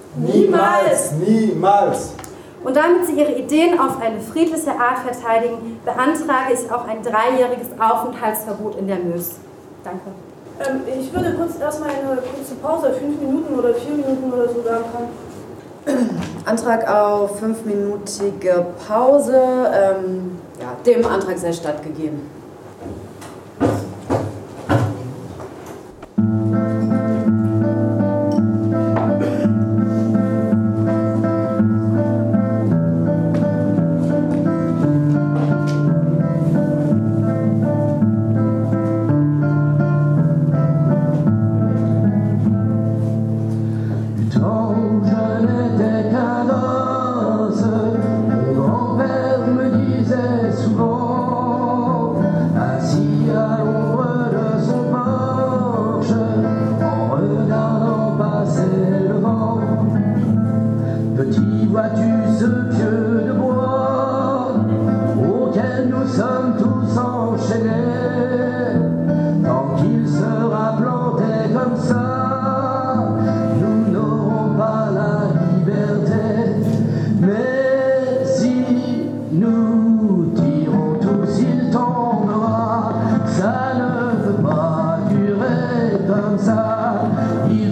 Niemals! Niemals! Und damit sie ihre Ideen auf eine friedliche Art verteidigen, beantrage ich auch ein 3-jähriges Aufenthaltsverbot in der Mös. Danke. Ich würde kurz erstmal eine kurze Pause, 5 Minuten oder 4 Minuten oder so sagen kann. Antrag auf 5-minütige Pause. Dem Antrag sei stattgegeben.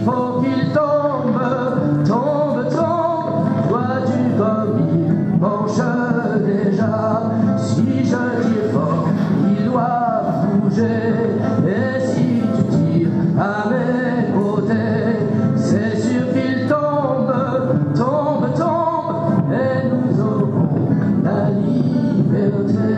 faut qu'il tombe, tombe, tombe. Vois-tu comme il penche déjà? Si je tire fort, il doit bouger. Et si tu tires à mes côtés, c'est sûr qu'il tombe, tombe, tombe. Et nous aurons la liberté.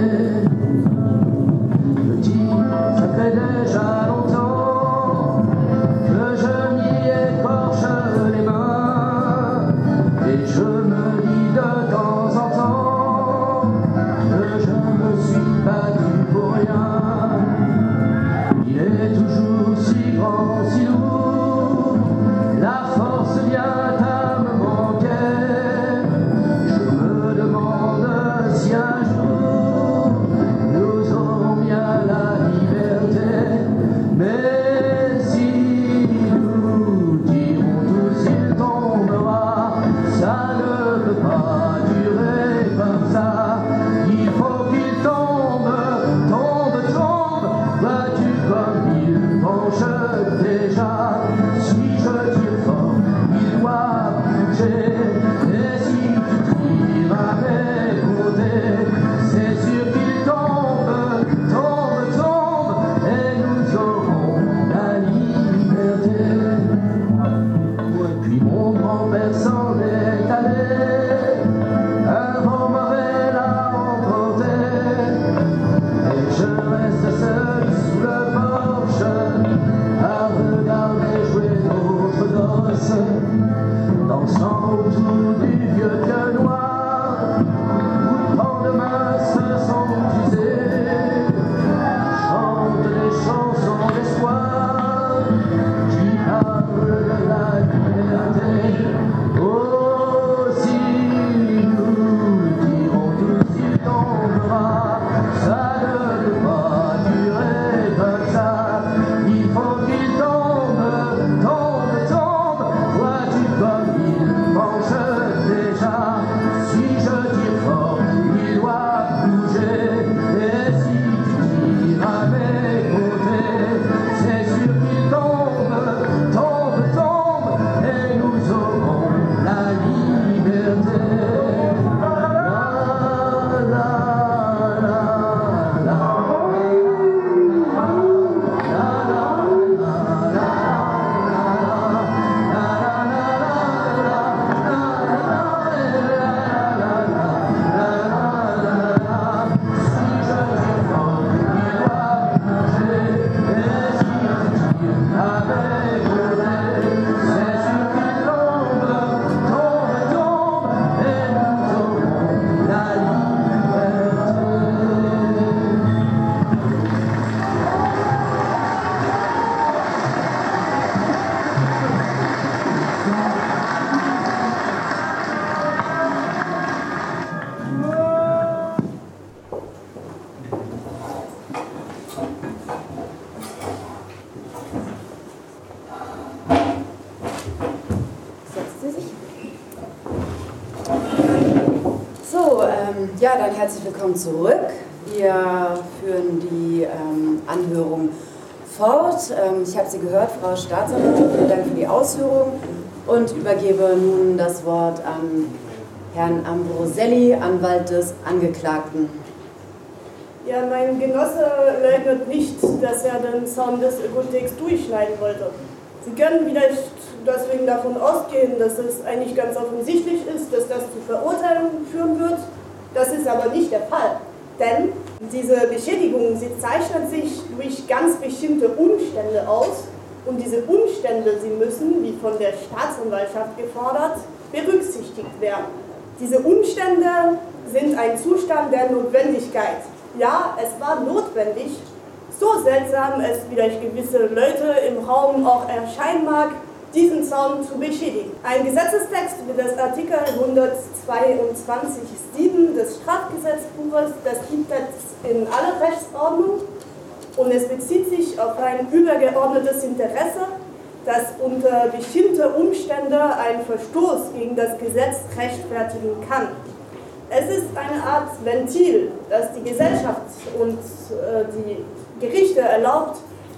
Petit, ça fait déjà longtemps que je m'y écorche les mains. Et je me dis de temps en temps que je me suis battu pour rien. Il est toujours si grand, si lourd, la force vient à me manquer. Je me demande si un jour nous aurons bien la liberté. Mais si nous dirons tous il tombera, ça ne peut pas durer comme ça. Il faut qu'il tombe, tombe, tombe. Vois-tu comme il penche déjà? Si je tire fort, il doit bouger. Et si tu tires à mes côtés, c'est sûr qu'il tombe, tombe, tombe. Et nous aurons la liberté. Puis mon grand-père s'en est allé, un vent mauvais l'a emporté. Et je reste seul sous le porche à regarder jouer d'autres gosses, dansant autour du vieux pieu noir où tant de mains se sont usées, chantent des chansons d'espoir qui parlent de la liberté. Oh, si nous dirons tous il tombera, ça ne peut pas durer comme ça. Il faut qu'il tombe, tombe, tombe. Vois-tu comme il penche déjà? Si je tire fort, il doit bouger. Et si tu tires à mes côtés, c'est sûr qu'il tombe, tombe, tombe. Et nous aurons la liberté. La, la, la, la. Ja, dann herzlich willkommen zurück. Wir führen die Anhörung fort. Ich habe Sie gehört, Frau Staatsanwältin, vielen Dank für die Ausführung und übergebe nun das Wort an Herrn Ambroselli, Anwalt des Angeklagten. Ja, mein Genosse leugnet nicht, dass er den Zaun des Ökotex durchschneiden wollte. Sie können vielleicht deswegen davon ausgehen, dass es eigentlich ganz offensichtlich ist, dass das zu Verurteilungen führen wird. Das ist aber nicht der Fall, denn diese Beschädigung, sie zeichnet sich durch ganz bestimmte Umstände aus und diese Umstände, sie müssen, wie von der Staatsanwaltschaft gefordert, berücksichtigt werden. Diese Umstände sind ein Zustand der Notwendigkeit. Ja, es war notwendig, so seltsam es vielleicht gewisse Leute im Raum auch erscheinen mag, diesen Zaun zu beschädigen. Ein Gesetzestext wie das Artikel 122.7 des Strafgesetzbuches, das gibt es in aller Rechtsordnung und es bezieht sich auf ein übergeordnetes Interesse, das unter bestimmte Umstände einen Verstoß gegen das Gesetz rechtfertigen kann. Es ist eine Art Ventil, das die Gesellschaft und die Gerichte erlaubt,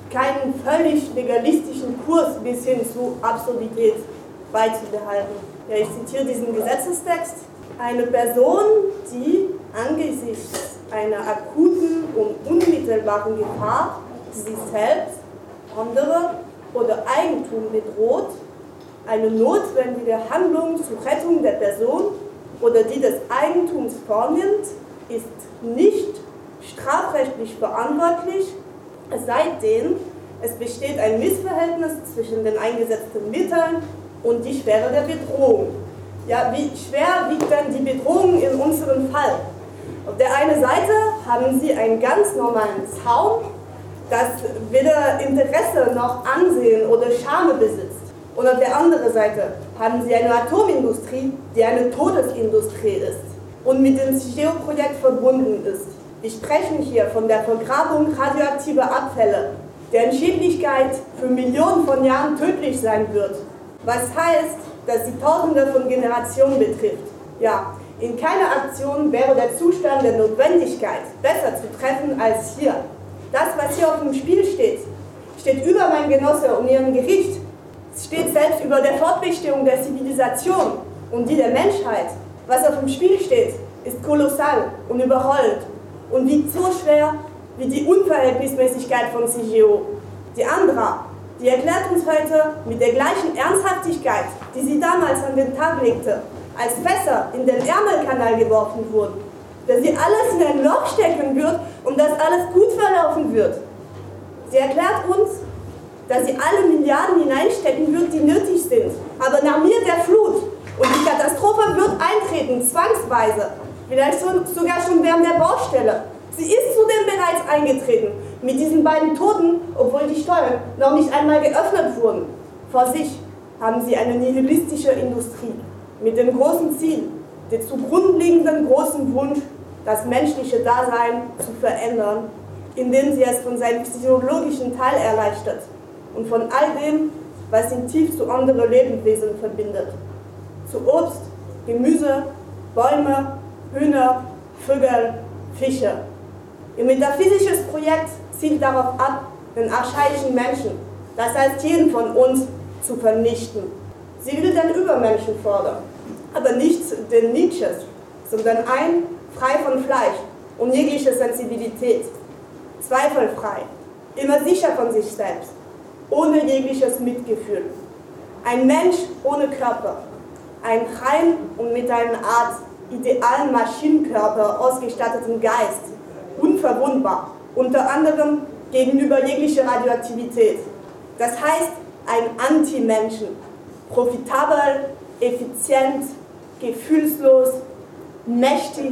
keinen völlig legalistischen Kurs bis hin zu Absurdität beizubehalten. Ja, ich zitiere diesen Gesetzestext. Eine Person, die angesichts einer akuten und unmittelbaren Gefahr, die sie selbst, andere oder Eigentum bedroht, eine notwendige Handlung zur Rettung der Person oder die des Eigentums vornimmt, ist nicht strafrechtlich verantwortlich, es sei denn, es besteht ein Missverhältnis zwischen den eingesetzten Mitteln und die Schwere der Bedrohung. Ja, wie schwer wiegt denn die Bedrohung in unserem Fall? Auf der einen Seite haben Sie einen ganz normalen Zaun, das weder Interesse noch Ansehen oder Charme besitzt. Und auf der anderen Seite haben Sie eine Atomindustrie, die eine Todesindustrie ist und mit dem CIGEO-Projekt verbunden ist. Wir sprechen hier von der Vergrabung radioaktiver Abfälle, deren Schädlichkeit für Millionen von Jahren tödlich sein wird. Was heißt, dass sie Tausende von Generationen betrifft. Ja, in keiner Aktion wäre der Zustand der Notwendigkeit besser zu treffen als hier. Das, was hier auf dem Spiel steht, steht über mein Genosse und ihrem Gericht. Es steht selbst über der Fortbestehung der Zivilisation und die der Menschheit. Was auf dem Spiel steht, ist kolossal und überrollend und wiegt so schwer wie die Unverhältnismäßigkeit von CIGEO. Die ANDRA, die erklärt uns heute mit der gleichen Ernsthaftigkeit, die sie damals an den Tag legte, als Fässer in den Ärmelkanal geworfen wurden, dass sie alles in ein Loch stecken wird und dass alles gut verlaufen wird. Sie erklärt uns, dass sie alle Milliarden hineinstecken wird, die nötig sind, aber nach mir der Flut und die Katastrophe wird eintreten, zwangsweise, vielleicht sogar schon während der Baustelle. Sie ist zudem bereits eingetreten, mit diesen beiden Toten, obwohl die Steuern noch nicht einmal geöffnet wurden. Vor sich haben sie eine nihilistische Industrie mit dem großen Ziel, den zugrunde liegenden großen Wunsch, das menschliche Dasein zu verändern, indem sie es von seinem physiologischen Teil erleichtert und von all dem, was ihn tief zu anderen Lebewesen verbindet. Zu Obst, Gemüse, Bäume, Hühner, Vögel, Fische. Ihr metaphysisches Projekt zielt darauf ab, den archaischen Menschen, das heißt jeden von uns, zu vernichten. Sie will den Übermenschen fordern, aber nicht den Nietzsches, sondern einen frei von Fleisch und jeglicher Sensibilität, zweifelfrei, immer sicher von sich selbst, ohne jegliches Mitgefühl. Ein Mensch ohne Körper, ein rein und mit einer Art idealen Maschinenkörper ausgestatteten Geist, unverwundbar, unter anderem gegenüber jeglicher Radioaktivität. Das heißt, ein Anti-Menschen, profitabel, effizient, gefühlslos, mächtig,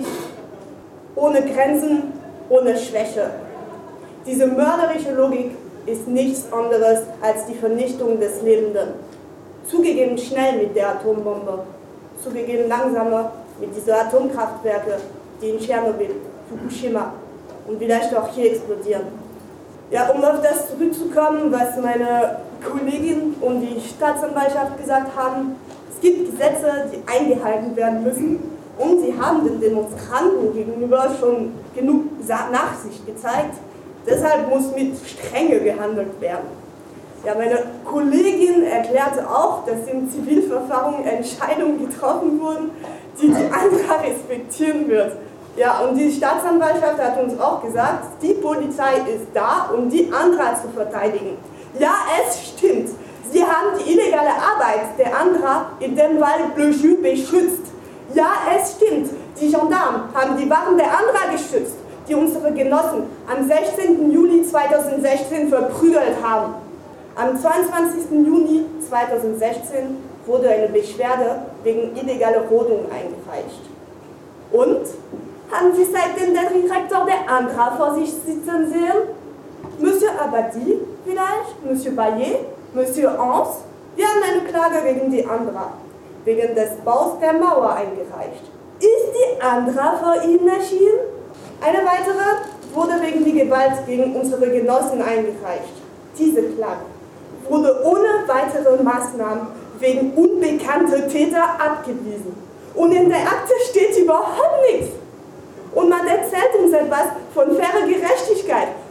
ohne Grenzen, ohne Schwäche. Diese mörderische Logik ist nichts anderes als die Vernichtung des Lebenden. Zugegeben schnell mit der Atombombe, zugegeben langsamer mit diesen Atomkraftwerken, die in Tschernobyl, Fukushima und vielleicht auch hier explodieren. Ja, um auf das zurückzukommen, was meine Kollegin und die Staatsanwaltschaft gesagt haben, es gibt Gesetze, die eingehalten werden müssen und sie haben den Demonstranten gegenüber schon genug Nachsicht gezeigt. Deshalb muss mit Strenge gehandelt werden. Ja, meine Kollegin erklärte auch, dass im Zivilverfahren Entscheidungen getroffen wurden, die ANDRA respektieren wird. Ja, und die Staatsanwaltschaft hat uns auch gesagt, die Polizei ist da, um die ANDRA zu verteidigen. Ja, es stimmt. Sie haben die illegale Arbeit der ANDRA in dem Val Bleu beschützt. Ja, es stimmt. Die Gendarmen haben die Waffen der ANDRA geschützt, die unsere Genossen am 16. Juli 2016 verprügelt haben. Am 22. Juni 2016 wurde eine Beschwerde wegen illegaler Rodung eingereicht. Und? Haben Sie seitdem den Direktor der ANDRA vor sich sitzen sehen? Monsieur Abadi vielleicht? Monsieur Baillet? Monsieur Hans? Wir haben eine Klage gegen die ANDRA, wegen des Baus der Mauer eingereicht. Ist die ANDRA vor Ihnen erschienen? Eine weitere wurde wegen der Gewalt gegen unsere Genossen eingereicht. Diese Klage wurde ohne weitere Maßnahmen wegen unbekannter Täter abgewiesen. Und in der Akte steht überhaupt nichts. Und man erzählt uns etwas von fairer Gerechtigkeit,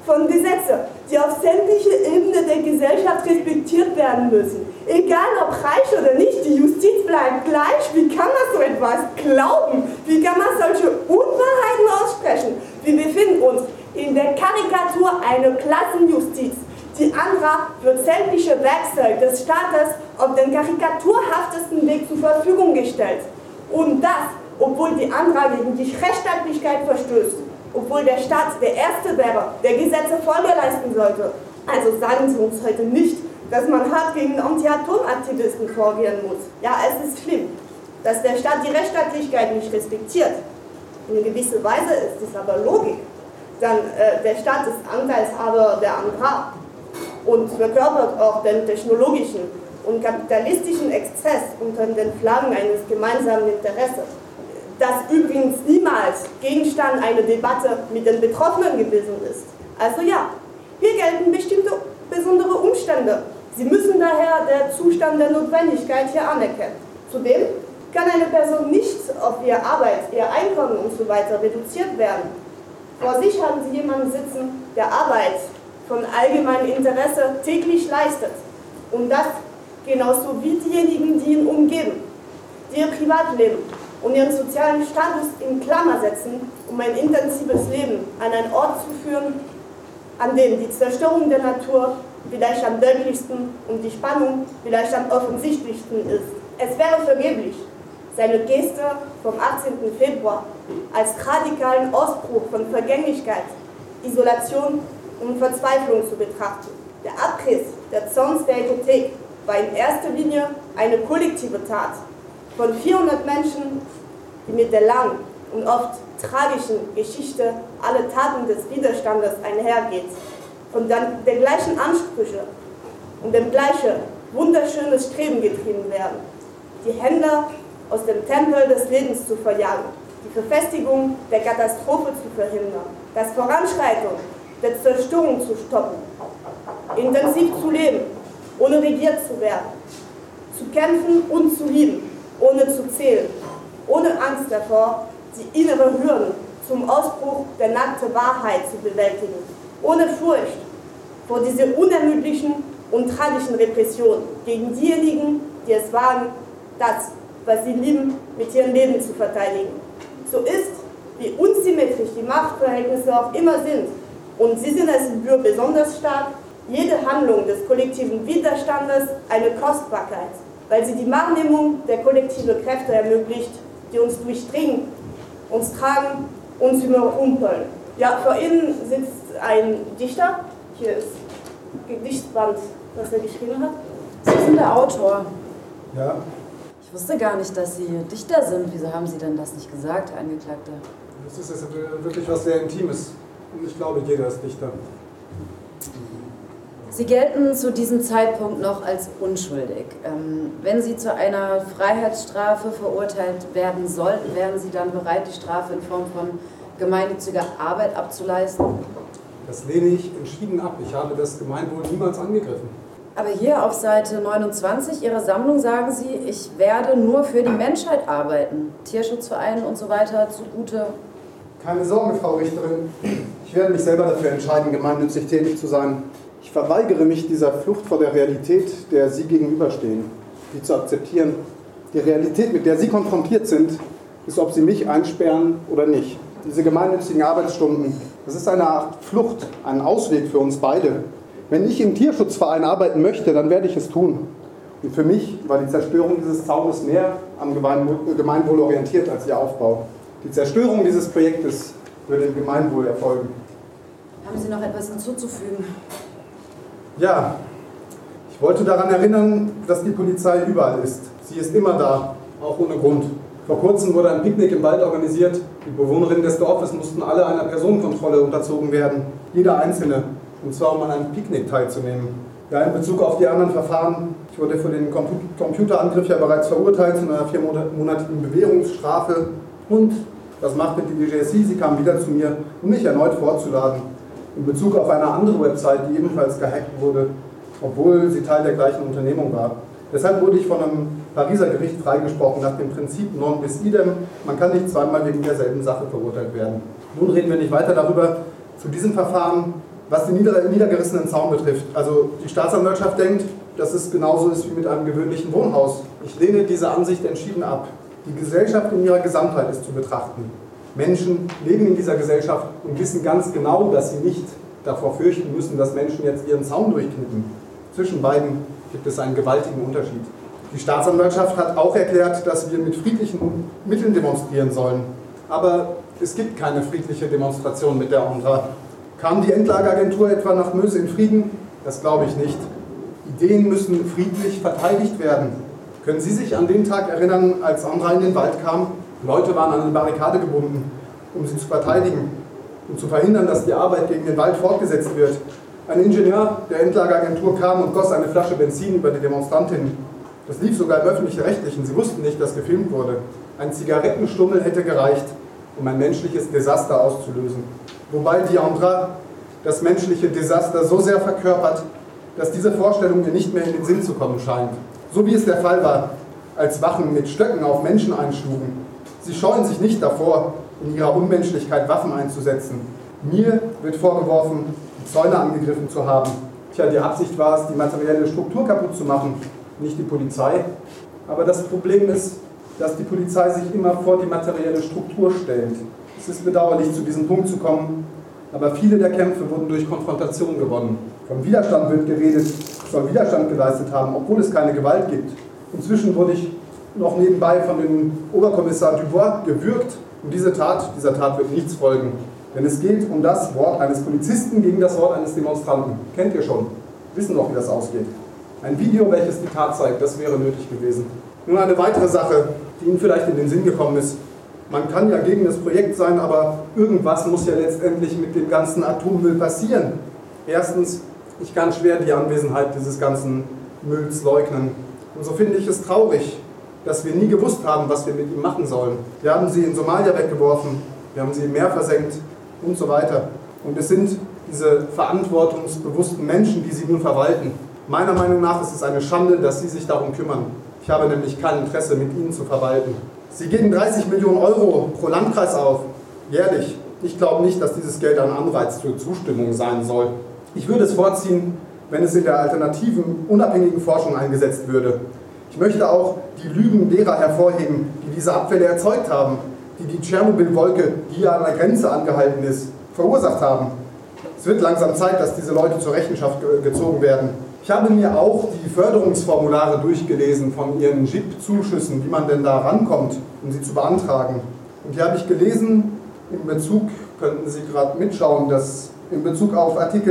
von Gesetzen, die auf sämtliche Ebenen der Gesellschaft respektiert werden müssen. Egal ob reich oder nicht, die Justiz bleibt gleich. Wie kann man so etwas glauben? Wie kann man solche Unwahrheiten aussprechen? Wir befinden uns in der Karikatur einer Klassenjustiz. Die ANRA wird sämtliche Werkzeuge des Staates auf den karikaturhaftesten Weg zur Verfügung gestellt. Und das, obwohl die ANRA gegen die Rechtsstaatlichkeit verstößt. Obwohl der Staat der Erste wäre, der Gesetze Folge leisten sollte. Also sagen Sie uns heute nicht, dass man hart gegen Anti-Atom-Aktivisten vorgehen muss. Ja, es ist schlimm, dass der Staat die Rechtsstaatlichkeit nicht respektiert. In gewisser Weise ist es aber Logik. Denn der Staat ist Anteilshaber der ANRA und verkörpert auch den technologischen und kapitalistischen Exzess unter den Flaggen eines gemeinsamen Interesses, das übrigens niemals Gegenstand einer Debatte mit den Betroffenen gewesen ist. Also ja, hier gelten bestimmte besondere Umstände. Sie müssen daher den Zustand der Notwendigkeit hier anerkennen. Zudem kann eine Person nicht auf ihre Arbeit, ihr Einkommen usw. reduziert werden. Vor sich haben Sie jemanden sitzen, der Arbeit von allgemeinem Interesse täglich leistet. Und das genauso wie diejenigen, die ihn umgeben, die ihr Privatleben und ihren sozialen Status in Klammer setzen, um ein intensives Leben an einen Ort zu führen, an dem die Zerstörung der Natur vielleicht am deutlichsten und die Spannung vielleicht am offensichtlichsten ist. Es wäre vergeblich, seine Geste vom 18. Februar als radikalen Ausbruch von Vergänglichkeit, Isolation und Verzweiflung zu betrachten. Der Abriss der Zons der Ikothek war in erster Linie eine kollektive Tat von 400 Menschen, die mit der langen und oft tragischen Geschichte aller Taten des Widerstandes einhergeht, von der gleichen Ansprüche und dem gleichen wunderschönen Streben getrieben werden, die Händler aus dem Tempel des Lebens zu verjagen, die Verfestigung der Katastrophe zu verhindern, das Voranschreiten der Zerstörung zu stoppen, intensiv zu leben, ohne regiert zu werden, zu kämpfen und zu lieben, ohne zu zählen, ohne Angst davor, die innere Hürden zum Ausbruch der nackten Wahrheit zu bewältigen, ohne Furcht vor dieser unermüdlichen und tragischen Repression gegen diejenigen, die es wagen, das, was sie lieben, mit ihrem Leben zu verteidigen. So ist, wie unsymmetrisch die Machtverhältnisse auch immer sind, und sie sind es in Bür besonders stark, jede Handlung des kollektiven Widerstandes eine Kostbarkeit, weil sie die Wahrnehmung der kollektiven Kräfte ermöglicht, die uns durchdringen, uns tragen, uns überrumpeln. Ja, vor Ihnen sitzt ein Dichter, hier ist ein Gedichtband, was er geschrieben hat. Sie sind der Autor. Ja. Ich wusste gar nicht, dass Sie Dichter sind. Wieso haben Sie denn das nicht gesagt, Angeklagter? Das ist jetzt wirklich was sehr Intimes. Und ich glaube, jeder ist Dichter. Sie gelten zu diesem Zeitpunkt noch als unschuldig. Wenn Sie zu einer Freiheitsstrafe verurteilt werden sollten, wären Sie dann bereit, die Strafe in Form von gemeinnütziger Arbeit abzuleisten? Das lehne ich entschieden ab. Ich habe das Gemeinwohl niemals angegriffen. Aber hier auf Seite 29 Ihrer Sammlung sagen Sie, ich werde nur für die Menschheit arbeiten, Tierschutzvereinen und so weiter zugute. Keine Sorge, Frau Richterin. Ich werde mich selber dafür entscheiden, gemeinnützig tätig zu sein. Ich verweigere mich dieser Flucht vor der Realität, der Sie gegenüberstehen, die zu akzeptieren. Die Realität, mit der Sie konfrontiert sind, ist, ob Sie mich einsperren oder nicht. Diese gemeinnützigen Arbeitsstunden, das ist eine Art Flucht, ein Ausweg für uns beide. Wenn ich im Tierschutzverein arbeiten möchte, dann werde ich es tun. Und für mich war die Zerstörung dieses Zaunes mehr am Gemeinwohl orientiert als ihr Aufbau. Die Zerstörung dieses Projektes würde dem Gemeinwohl erfolgen. Haben Sie noch etwas hinzuzufügen? Ja, ich wollte daran erinnern, dass die Polizei überall ist. Sie ist immer da, auch ohne Grund. Vor kurzem wurde ein Picknick im Wald organisiert. Die Bewohnerinnen des Dorfes mussten alle einer Personenkontrolle unterzogen werden. Jeder Einzelne. Und zwar, um an einem Picknick teilzunehmen. Ja, in Bezug auf die anderen Verfahren. Ich wurde für den Computerangriff ja bereits verurteilt zu einer 4-monatigen Bewährungsstrafe. Und das machte die DGSI. Sie kam wieder zu mir, um mich erneut vorzuladen. In Bezug auf eine andere Website, die ebenfalls gehackt wurde, obwohl sie Teil der gleichen Unternehmung war. Deshalb wurde ich von einem Pariser Gericht freigesprochen nach dem Prinzip non bis idem. Man kann nicht zweimal wegen derselben Sache verurteilt werden. Nun reden wir nicht weiter darüber. Zu diesem Verfahren Was den niedergerissenen Zaun betrifft, also die Staatsanwaltschaft denkt, dass es genauso ist wie mit einem gewöhnlichen Wohnhaus. Ich lehne diese Ansicht entschieden ab. Die Gesellschaft in ihrer Gesamtheit ist zu betrachten. Menschen leben in dieser Gesellschaft und wissen ganz genau, dass sie nicht davor fürchten müssen, dass Menschen jetzt ihren Zaun durchknippen. Zwischen beiden gibt es einen gewaltigen Unterschied. Die Staatsanwaltschaft hat auch erklärt, dass wir mit friedlichen Mitteln demonstrieren sollen. Aber es gibt keine friedliche Demonstration mit der UNRWA. Kam die Endlageagentur etwa nach Möse in Frieden? Das glaube ich nicht. Ideen müssen friedlich verteidigt werden. Können Sie sich an den Tag erinnern, als UNRWA in den Wald kam? Leute waren an eine Barrikade gebunden, um sie zu verteidigen und zu verhindern, dass die Arbeit gegen den Wald fortgesetzt wird. Ein Ingenieur der Endlageagentur kam und goss eine Flasche Benzin über die Demonstrantinnen. Das lief sogar im Öffentlich-Rechtlichen. Sie wussten nicht, dass gefilmt wurde. Ein Zigarettenstummel hätte gereicht, um ein menschliches Desaster auszulösen. Wobei die UNRWA das menschliche Desaster so sehr verkörpert, dass diese Vorstellung mir nicht mehr in den Sinn zu kommen scheint. So wie es der Fall war, als Wachen mit Stöcken auf Menschen einschlugen. Sie scheuen sich nicht davor, in ihrer Unmenschlichkeit Waffen einzusetzen. Mir wird vorgeworfen, die Zäune angegriffen zu haben. Tja, die Absicht war es, die materielle Struktur kaputt zu machen, nicht die Polizei. Aber das Problem ist, dass die Polizei sich immer vor die materielle Struktur stellt. Es ist bedauerlich, zu diesem Punkt zu kommen, aber viele der Kämpfe wurden durch Konfrontation gewonnen. Vom Widerstand wird geredet, es soll Widerstand geleistet haben, obwohl es keine Gewalt gibt. Inzwischen wurde ich noch nebenbei von dem Oberkommissar Dubois gewürgt. Und dieser Tat wird nichts folgen. Denn es geht um das Wort eines Polizisten gegen das Wort eines Demonstranten. Kennt ihr schon. Wissen doch, wie das ausgeht. Ein Video, welches die Tat zeigt, das wäre nötig gewesen. Nun eine weitere Sache, die Ihnen vielleicht in den Sinn gekommen ist. Man kann ja gegen das Projekt sein, aber irgendwas muss ja letztendlich mit dem ganzen Atommüll passieren. Erstens, ich kann schwer die Anwesenheit dieses ganzen Mülls leugnen. Und so finde ich es traurig, dass wir nie gewusst haben, was wir mit ihm machen sollen. Wir haben sie in Somalia weggeworfen, wir haben sie im Meer versenkt und so weiter. Und es sind diese verantwortungsbewussten Menschen, die sie nun verwalten. Meiner Meinung nach ist es eine Schande, dass sie sich darum kümmern. Ich habe nämlich kein Interesse, mit ihnen zu verwalten. Sie geben 30 Millionen Euro pro Landkreis auf, jährlich. Ich glaube nicht, dass dieses Geld ein Anreiz zur Zustimmung sein soll. Ich würde es vorziehen, wenn es in der alternativen, unabhängigen Forschung eingesetzt würde. Ich möchte auch die Lügen derer hervorheben, die diese Abfälle erzeugt haben, die die Tschernobyl-Wolke, die ja an der Grenze angehalten ist, verursacht haben. Es wird langsam Zeit, dass diese Leute zur Rechenschaft gezogen werden. Ich habe mir auch die Förderungsformulare durchgelesen von ihren JIP-Zuschüssen, wie man denn da rankommt, um sie zu beantragen. Und hier habe ich gelesen, in Bezug, könnten Sie gerade mitschauen, dass in Bezug auf Artikel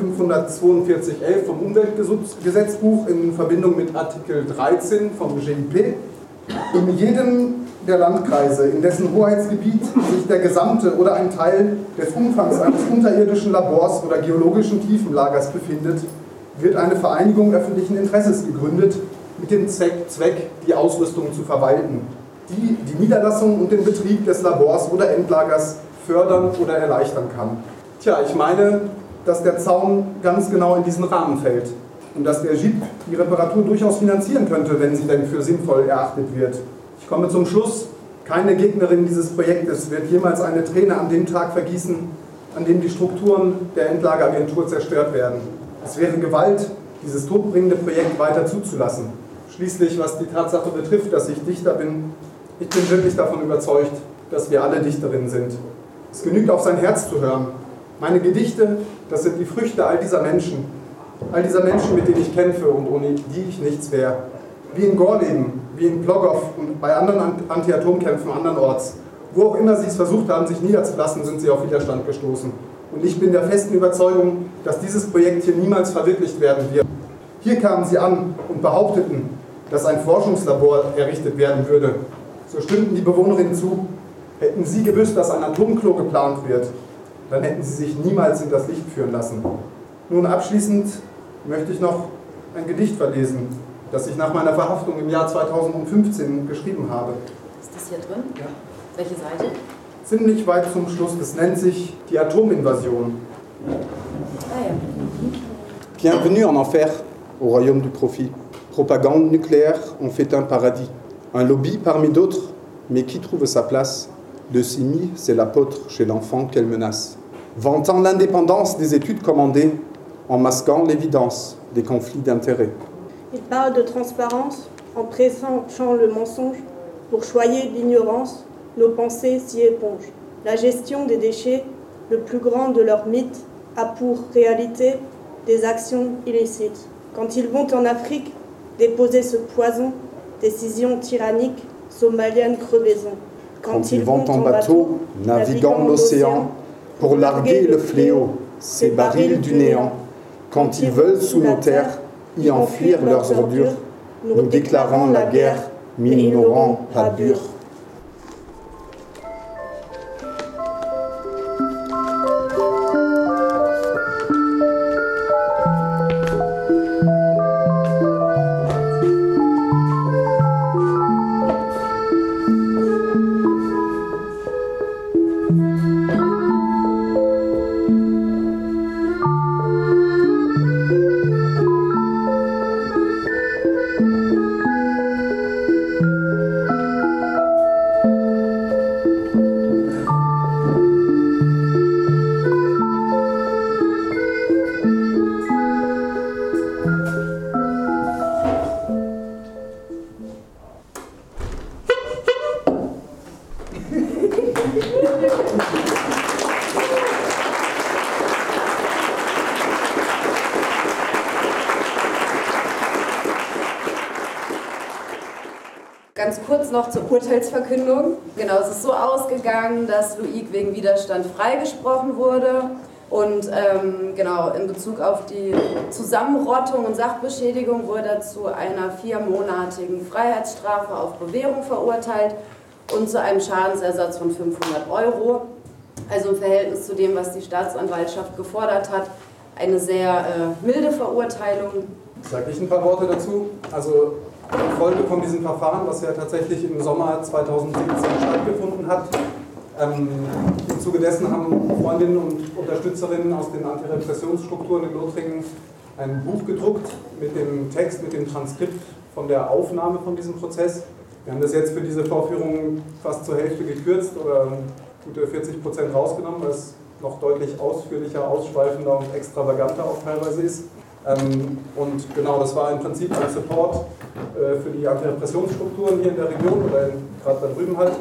542.11 vom Umweltgesetzbuch in Verbindung mit Artikel 13 vom GIP in jedem der Landkreise, in dessen Hoheitsgebiet sich der gesamte oder ein Teil des Umfangs eines unterirdischen Labors oder geologischen Tiefenlagers befindet, wird eine Vereinigung öffentlichen Interesses gegründet, mit dem Zweck, die Ausrüstung zu verwalten, die die Niederlassung und den Betrieb des Labors oder Endlagers fördern oder erleichtern kann. Tja, ich meine, dass der Zaun ganz genau in diesen Rahmen fällt und dass der JIP die Reparatur durchaus finanzieren könnte, wenn sie denn für sinnvoll erachtet wird. Ich komme zum Schluss. Keine Gegnerin dieses Projektes wird jemals eine Träne an dem Tag vergießen, an dem die Strukturen der Endlageagentur zerstört werden. Es wäre Gewalt, dieses todbringende Projekt weiter zuzulassen. Schließlich, was die Tatsache betrifft, dass ich Dichter bin, ich bin wirklich davon überzeugt, dass wir alle Dichterinnen sind. Es genügt auf sein Herz zu hören. Meine Gedichte, das sind die Früchte all dieser Menschen, mit denen ich kämpfe und ohne die ich nichts wäre. Wie in Gorleben, wie in Plogow und bei anderen Anti-Atom-Kämpfen andernorts. Wo auch immer sie es versucht haben, sich niederzulassen, sind sie auf Widerstand gestoßen. Und ich bin der festen Überzeugung, dass dieses Projekt hier niemals verwirklicht werden wird. Hier kamen sie an und behaupteten, dass ein Forschungslabor errichtet werden würde. So stimmten die Bewohnerinnen zu. Hätten sie gewusst, dass ein Atomklo geplant wird, dann hätten sie sich niemals in das Licht führen lassen. Nun abschließend möchte ich noch ein Gedicht verlesen, das ich nach meiner Verhaftung im Jahr 2015 geschrieben habe. Ist das hier drin? Ja. Welche Seite? Ziemlich weit zum Schluss, das nennt sich die Atominvasion. Ah ja. Bienvenue en enfer, au royaume du profit. Propagande nucléaire en fait un paradis. Un lobby parmi d'autres, mais qui trouve sa place? Le simi, c'est l'apôtre chez l'enfant qu'elle menace. vantant l'indépendance des études commandées en masquant l'évidence des conflits d'intérêts. Il parle de transparence en pressentant le mensonge pour choyer l'ignorance, nos pensées s'y épongent. La gestion des déchets, le plus grand de leurs mythes, a pour réalité des actions illicites. Quand ils vont en Afrique déposer ce poison, décision tyrannique, somalienne crevaison. Quand ils vont en bateau, naviguant l'océan, pour larguer le fléau, ces barils du néant. Quand ils veulent sous nos terres y enfuir leurs ordures, nous déclarant la guerre, mais ils n'auront pas dur. Ganz kurz noch zur Urteilsverkündung. Genau, es ist so ausgegangen, dass Loïc wegen Widerstand freigesprochen wurde und genau in Bezug auf die Zusammenrottung und Sachbeschädigung wurde er zu einer 4-monatigen Freiheitsstrafe auf Bewährung verurteilt und zu einem Schadensersatz von 500 €. Also im Verhältnis zu dem, was die Staatsanwaltschaft gefordert hat, eine sehr milde Verurteilung. Sage ich ein paar Worte dazu? Also Folge von diesem Verfahren, was ja tatsächlich im Sommer 2017 stattgefunden hat. Im Zuge dessen haben Freundinnen und Unterstützerinnen aus den Antirepressionsstrukturen in Lothringen ein Buch gedruckt mit dem Text, mit dem Transkript von der Aufnahme von diesem Prozess. Wir haben das jetzt für diese Vorführung fast zur Hälfte gekürzt oder gute 40% rausgenommen, weil es noch deutlich ausführlicher, ausschweifender und extravaganter auch teilweise ist. Und genau, das war im Prinzip ein Support für die Antirepressionsstrukturen hier in der Region oder gerade da drüben halt.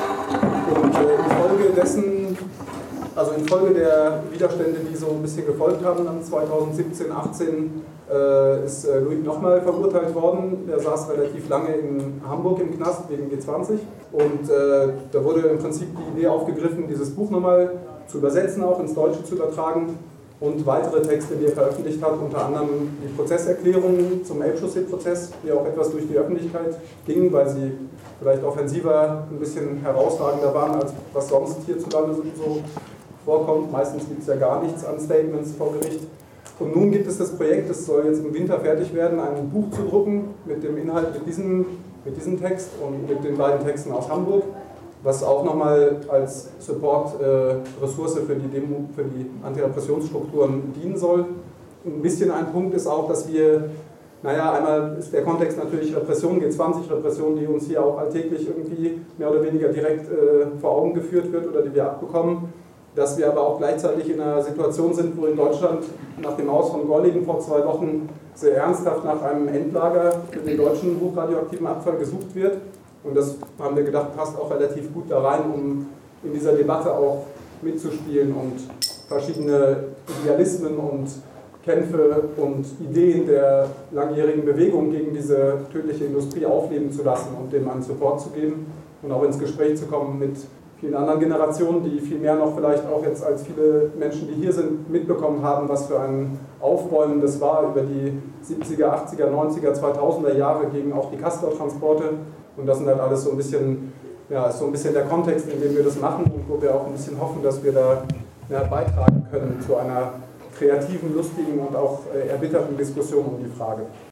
Und infolge dessen, also infolge der Widerstände, die so ein bisschen gefolgt haben, dann 2017, 18 ist Loïc nochmal verurteilt worden. Der saß relativ lange in Hamburg im Knast wegen G20 und da wurde im Prinzip die Idee aufgegriffen, dieses Buch nochmal zu übersetzen, auch ins Deutsche zu übertragen. Und weitere Texte, die er veröffentlicht hat, unter anderem die Prozesserklärungen zum Elbchaussee-Prozess, die auch etwas durch die Öffentlichkeit gingen, weil sie vielleicht offensiver, ein bisschen herausragender waren, als was sonst hierzulande so vorkommt. Meistens gibt es ja gar nichts an Statements vor Gericht. Und nun gibt es das Projekt, es soll jetzt im Winter fertig werden, ein Buch zu drucken mit dem Inhalt, mit diesem Text und mit den beiden Texten aus Hamburg, was auch nochmal als Support-Ressource für die Antirepressionsstrukturen dienen soll. Ein bisschen ein Punkt ist auch, dass wir, einmal ist der Kontext natürlich Repression, G20, Repression, die uns hier auch alltäglich irgendwie mehr oder weniger direkt vor Augen geführt wird oder die wir abbekommen, dass wir aber auch gleichzeitig in einer Situation sind, wo in Deutschland nach dem Aus von Gorleben vor 2 Wochen sehr ernsthaft nach einem Endlager für den deutschen hochradioaktiven Abfall gesucht wird. Und das haben wir gedacht, passt auch relativ gut da rein, um in dieser Debatte auch mitzuspielen und verschiedene Idealismen und Kämpfe und Ideen der langjährigen Bewegung gegen diese tödliche Industrie aufleben zu lassen und dem einen Support zu geben und auch ins Gespräch zu kommen mit vielen anderen Generationen, die viel mehr noch vielleicht auch jetzt als viele Menschen, die hier sind, mitbekommen haben, was für ein Aufbäumen das war über die 70er, 80er, 90er, 2000er Jahre gegen auch die Castor-Transporte. Und das sind halt alles so ein bisschen, ist so ein bisschen der Kontext, in dem wir das machen und wo wir auch ein bisschen hoffen, dass wir da beitragen können zu einer kreativen, lustigen und auch erbitterten Diskussion um die Frage.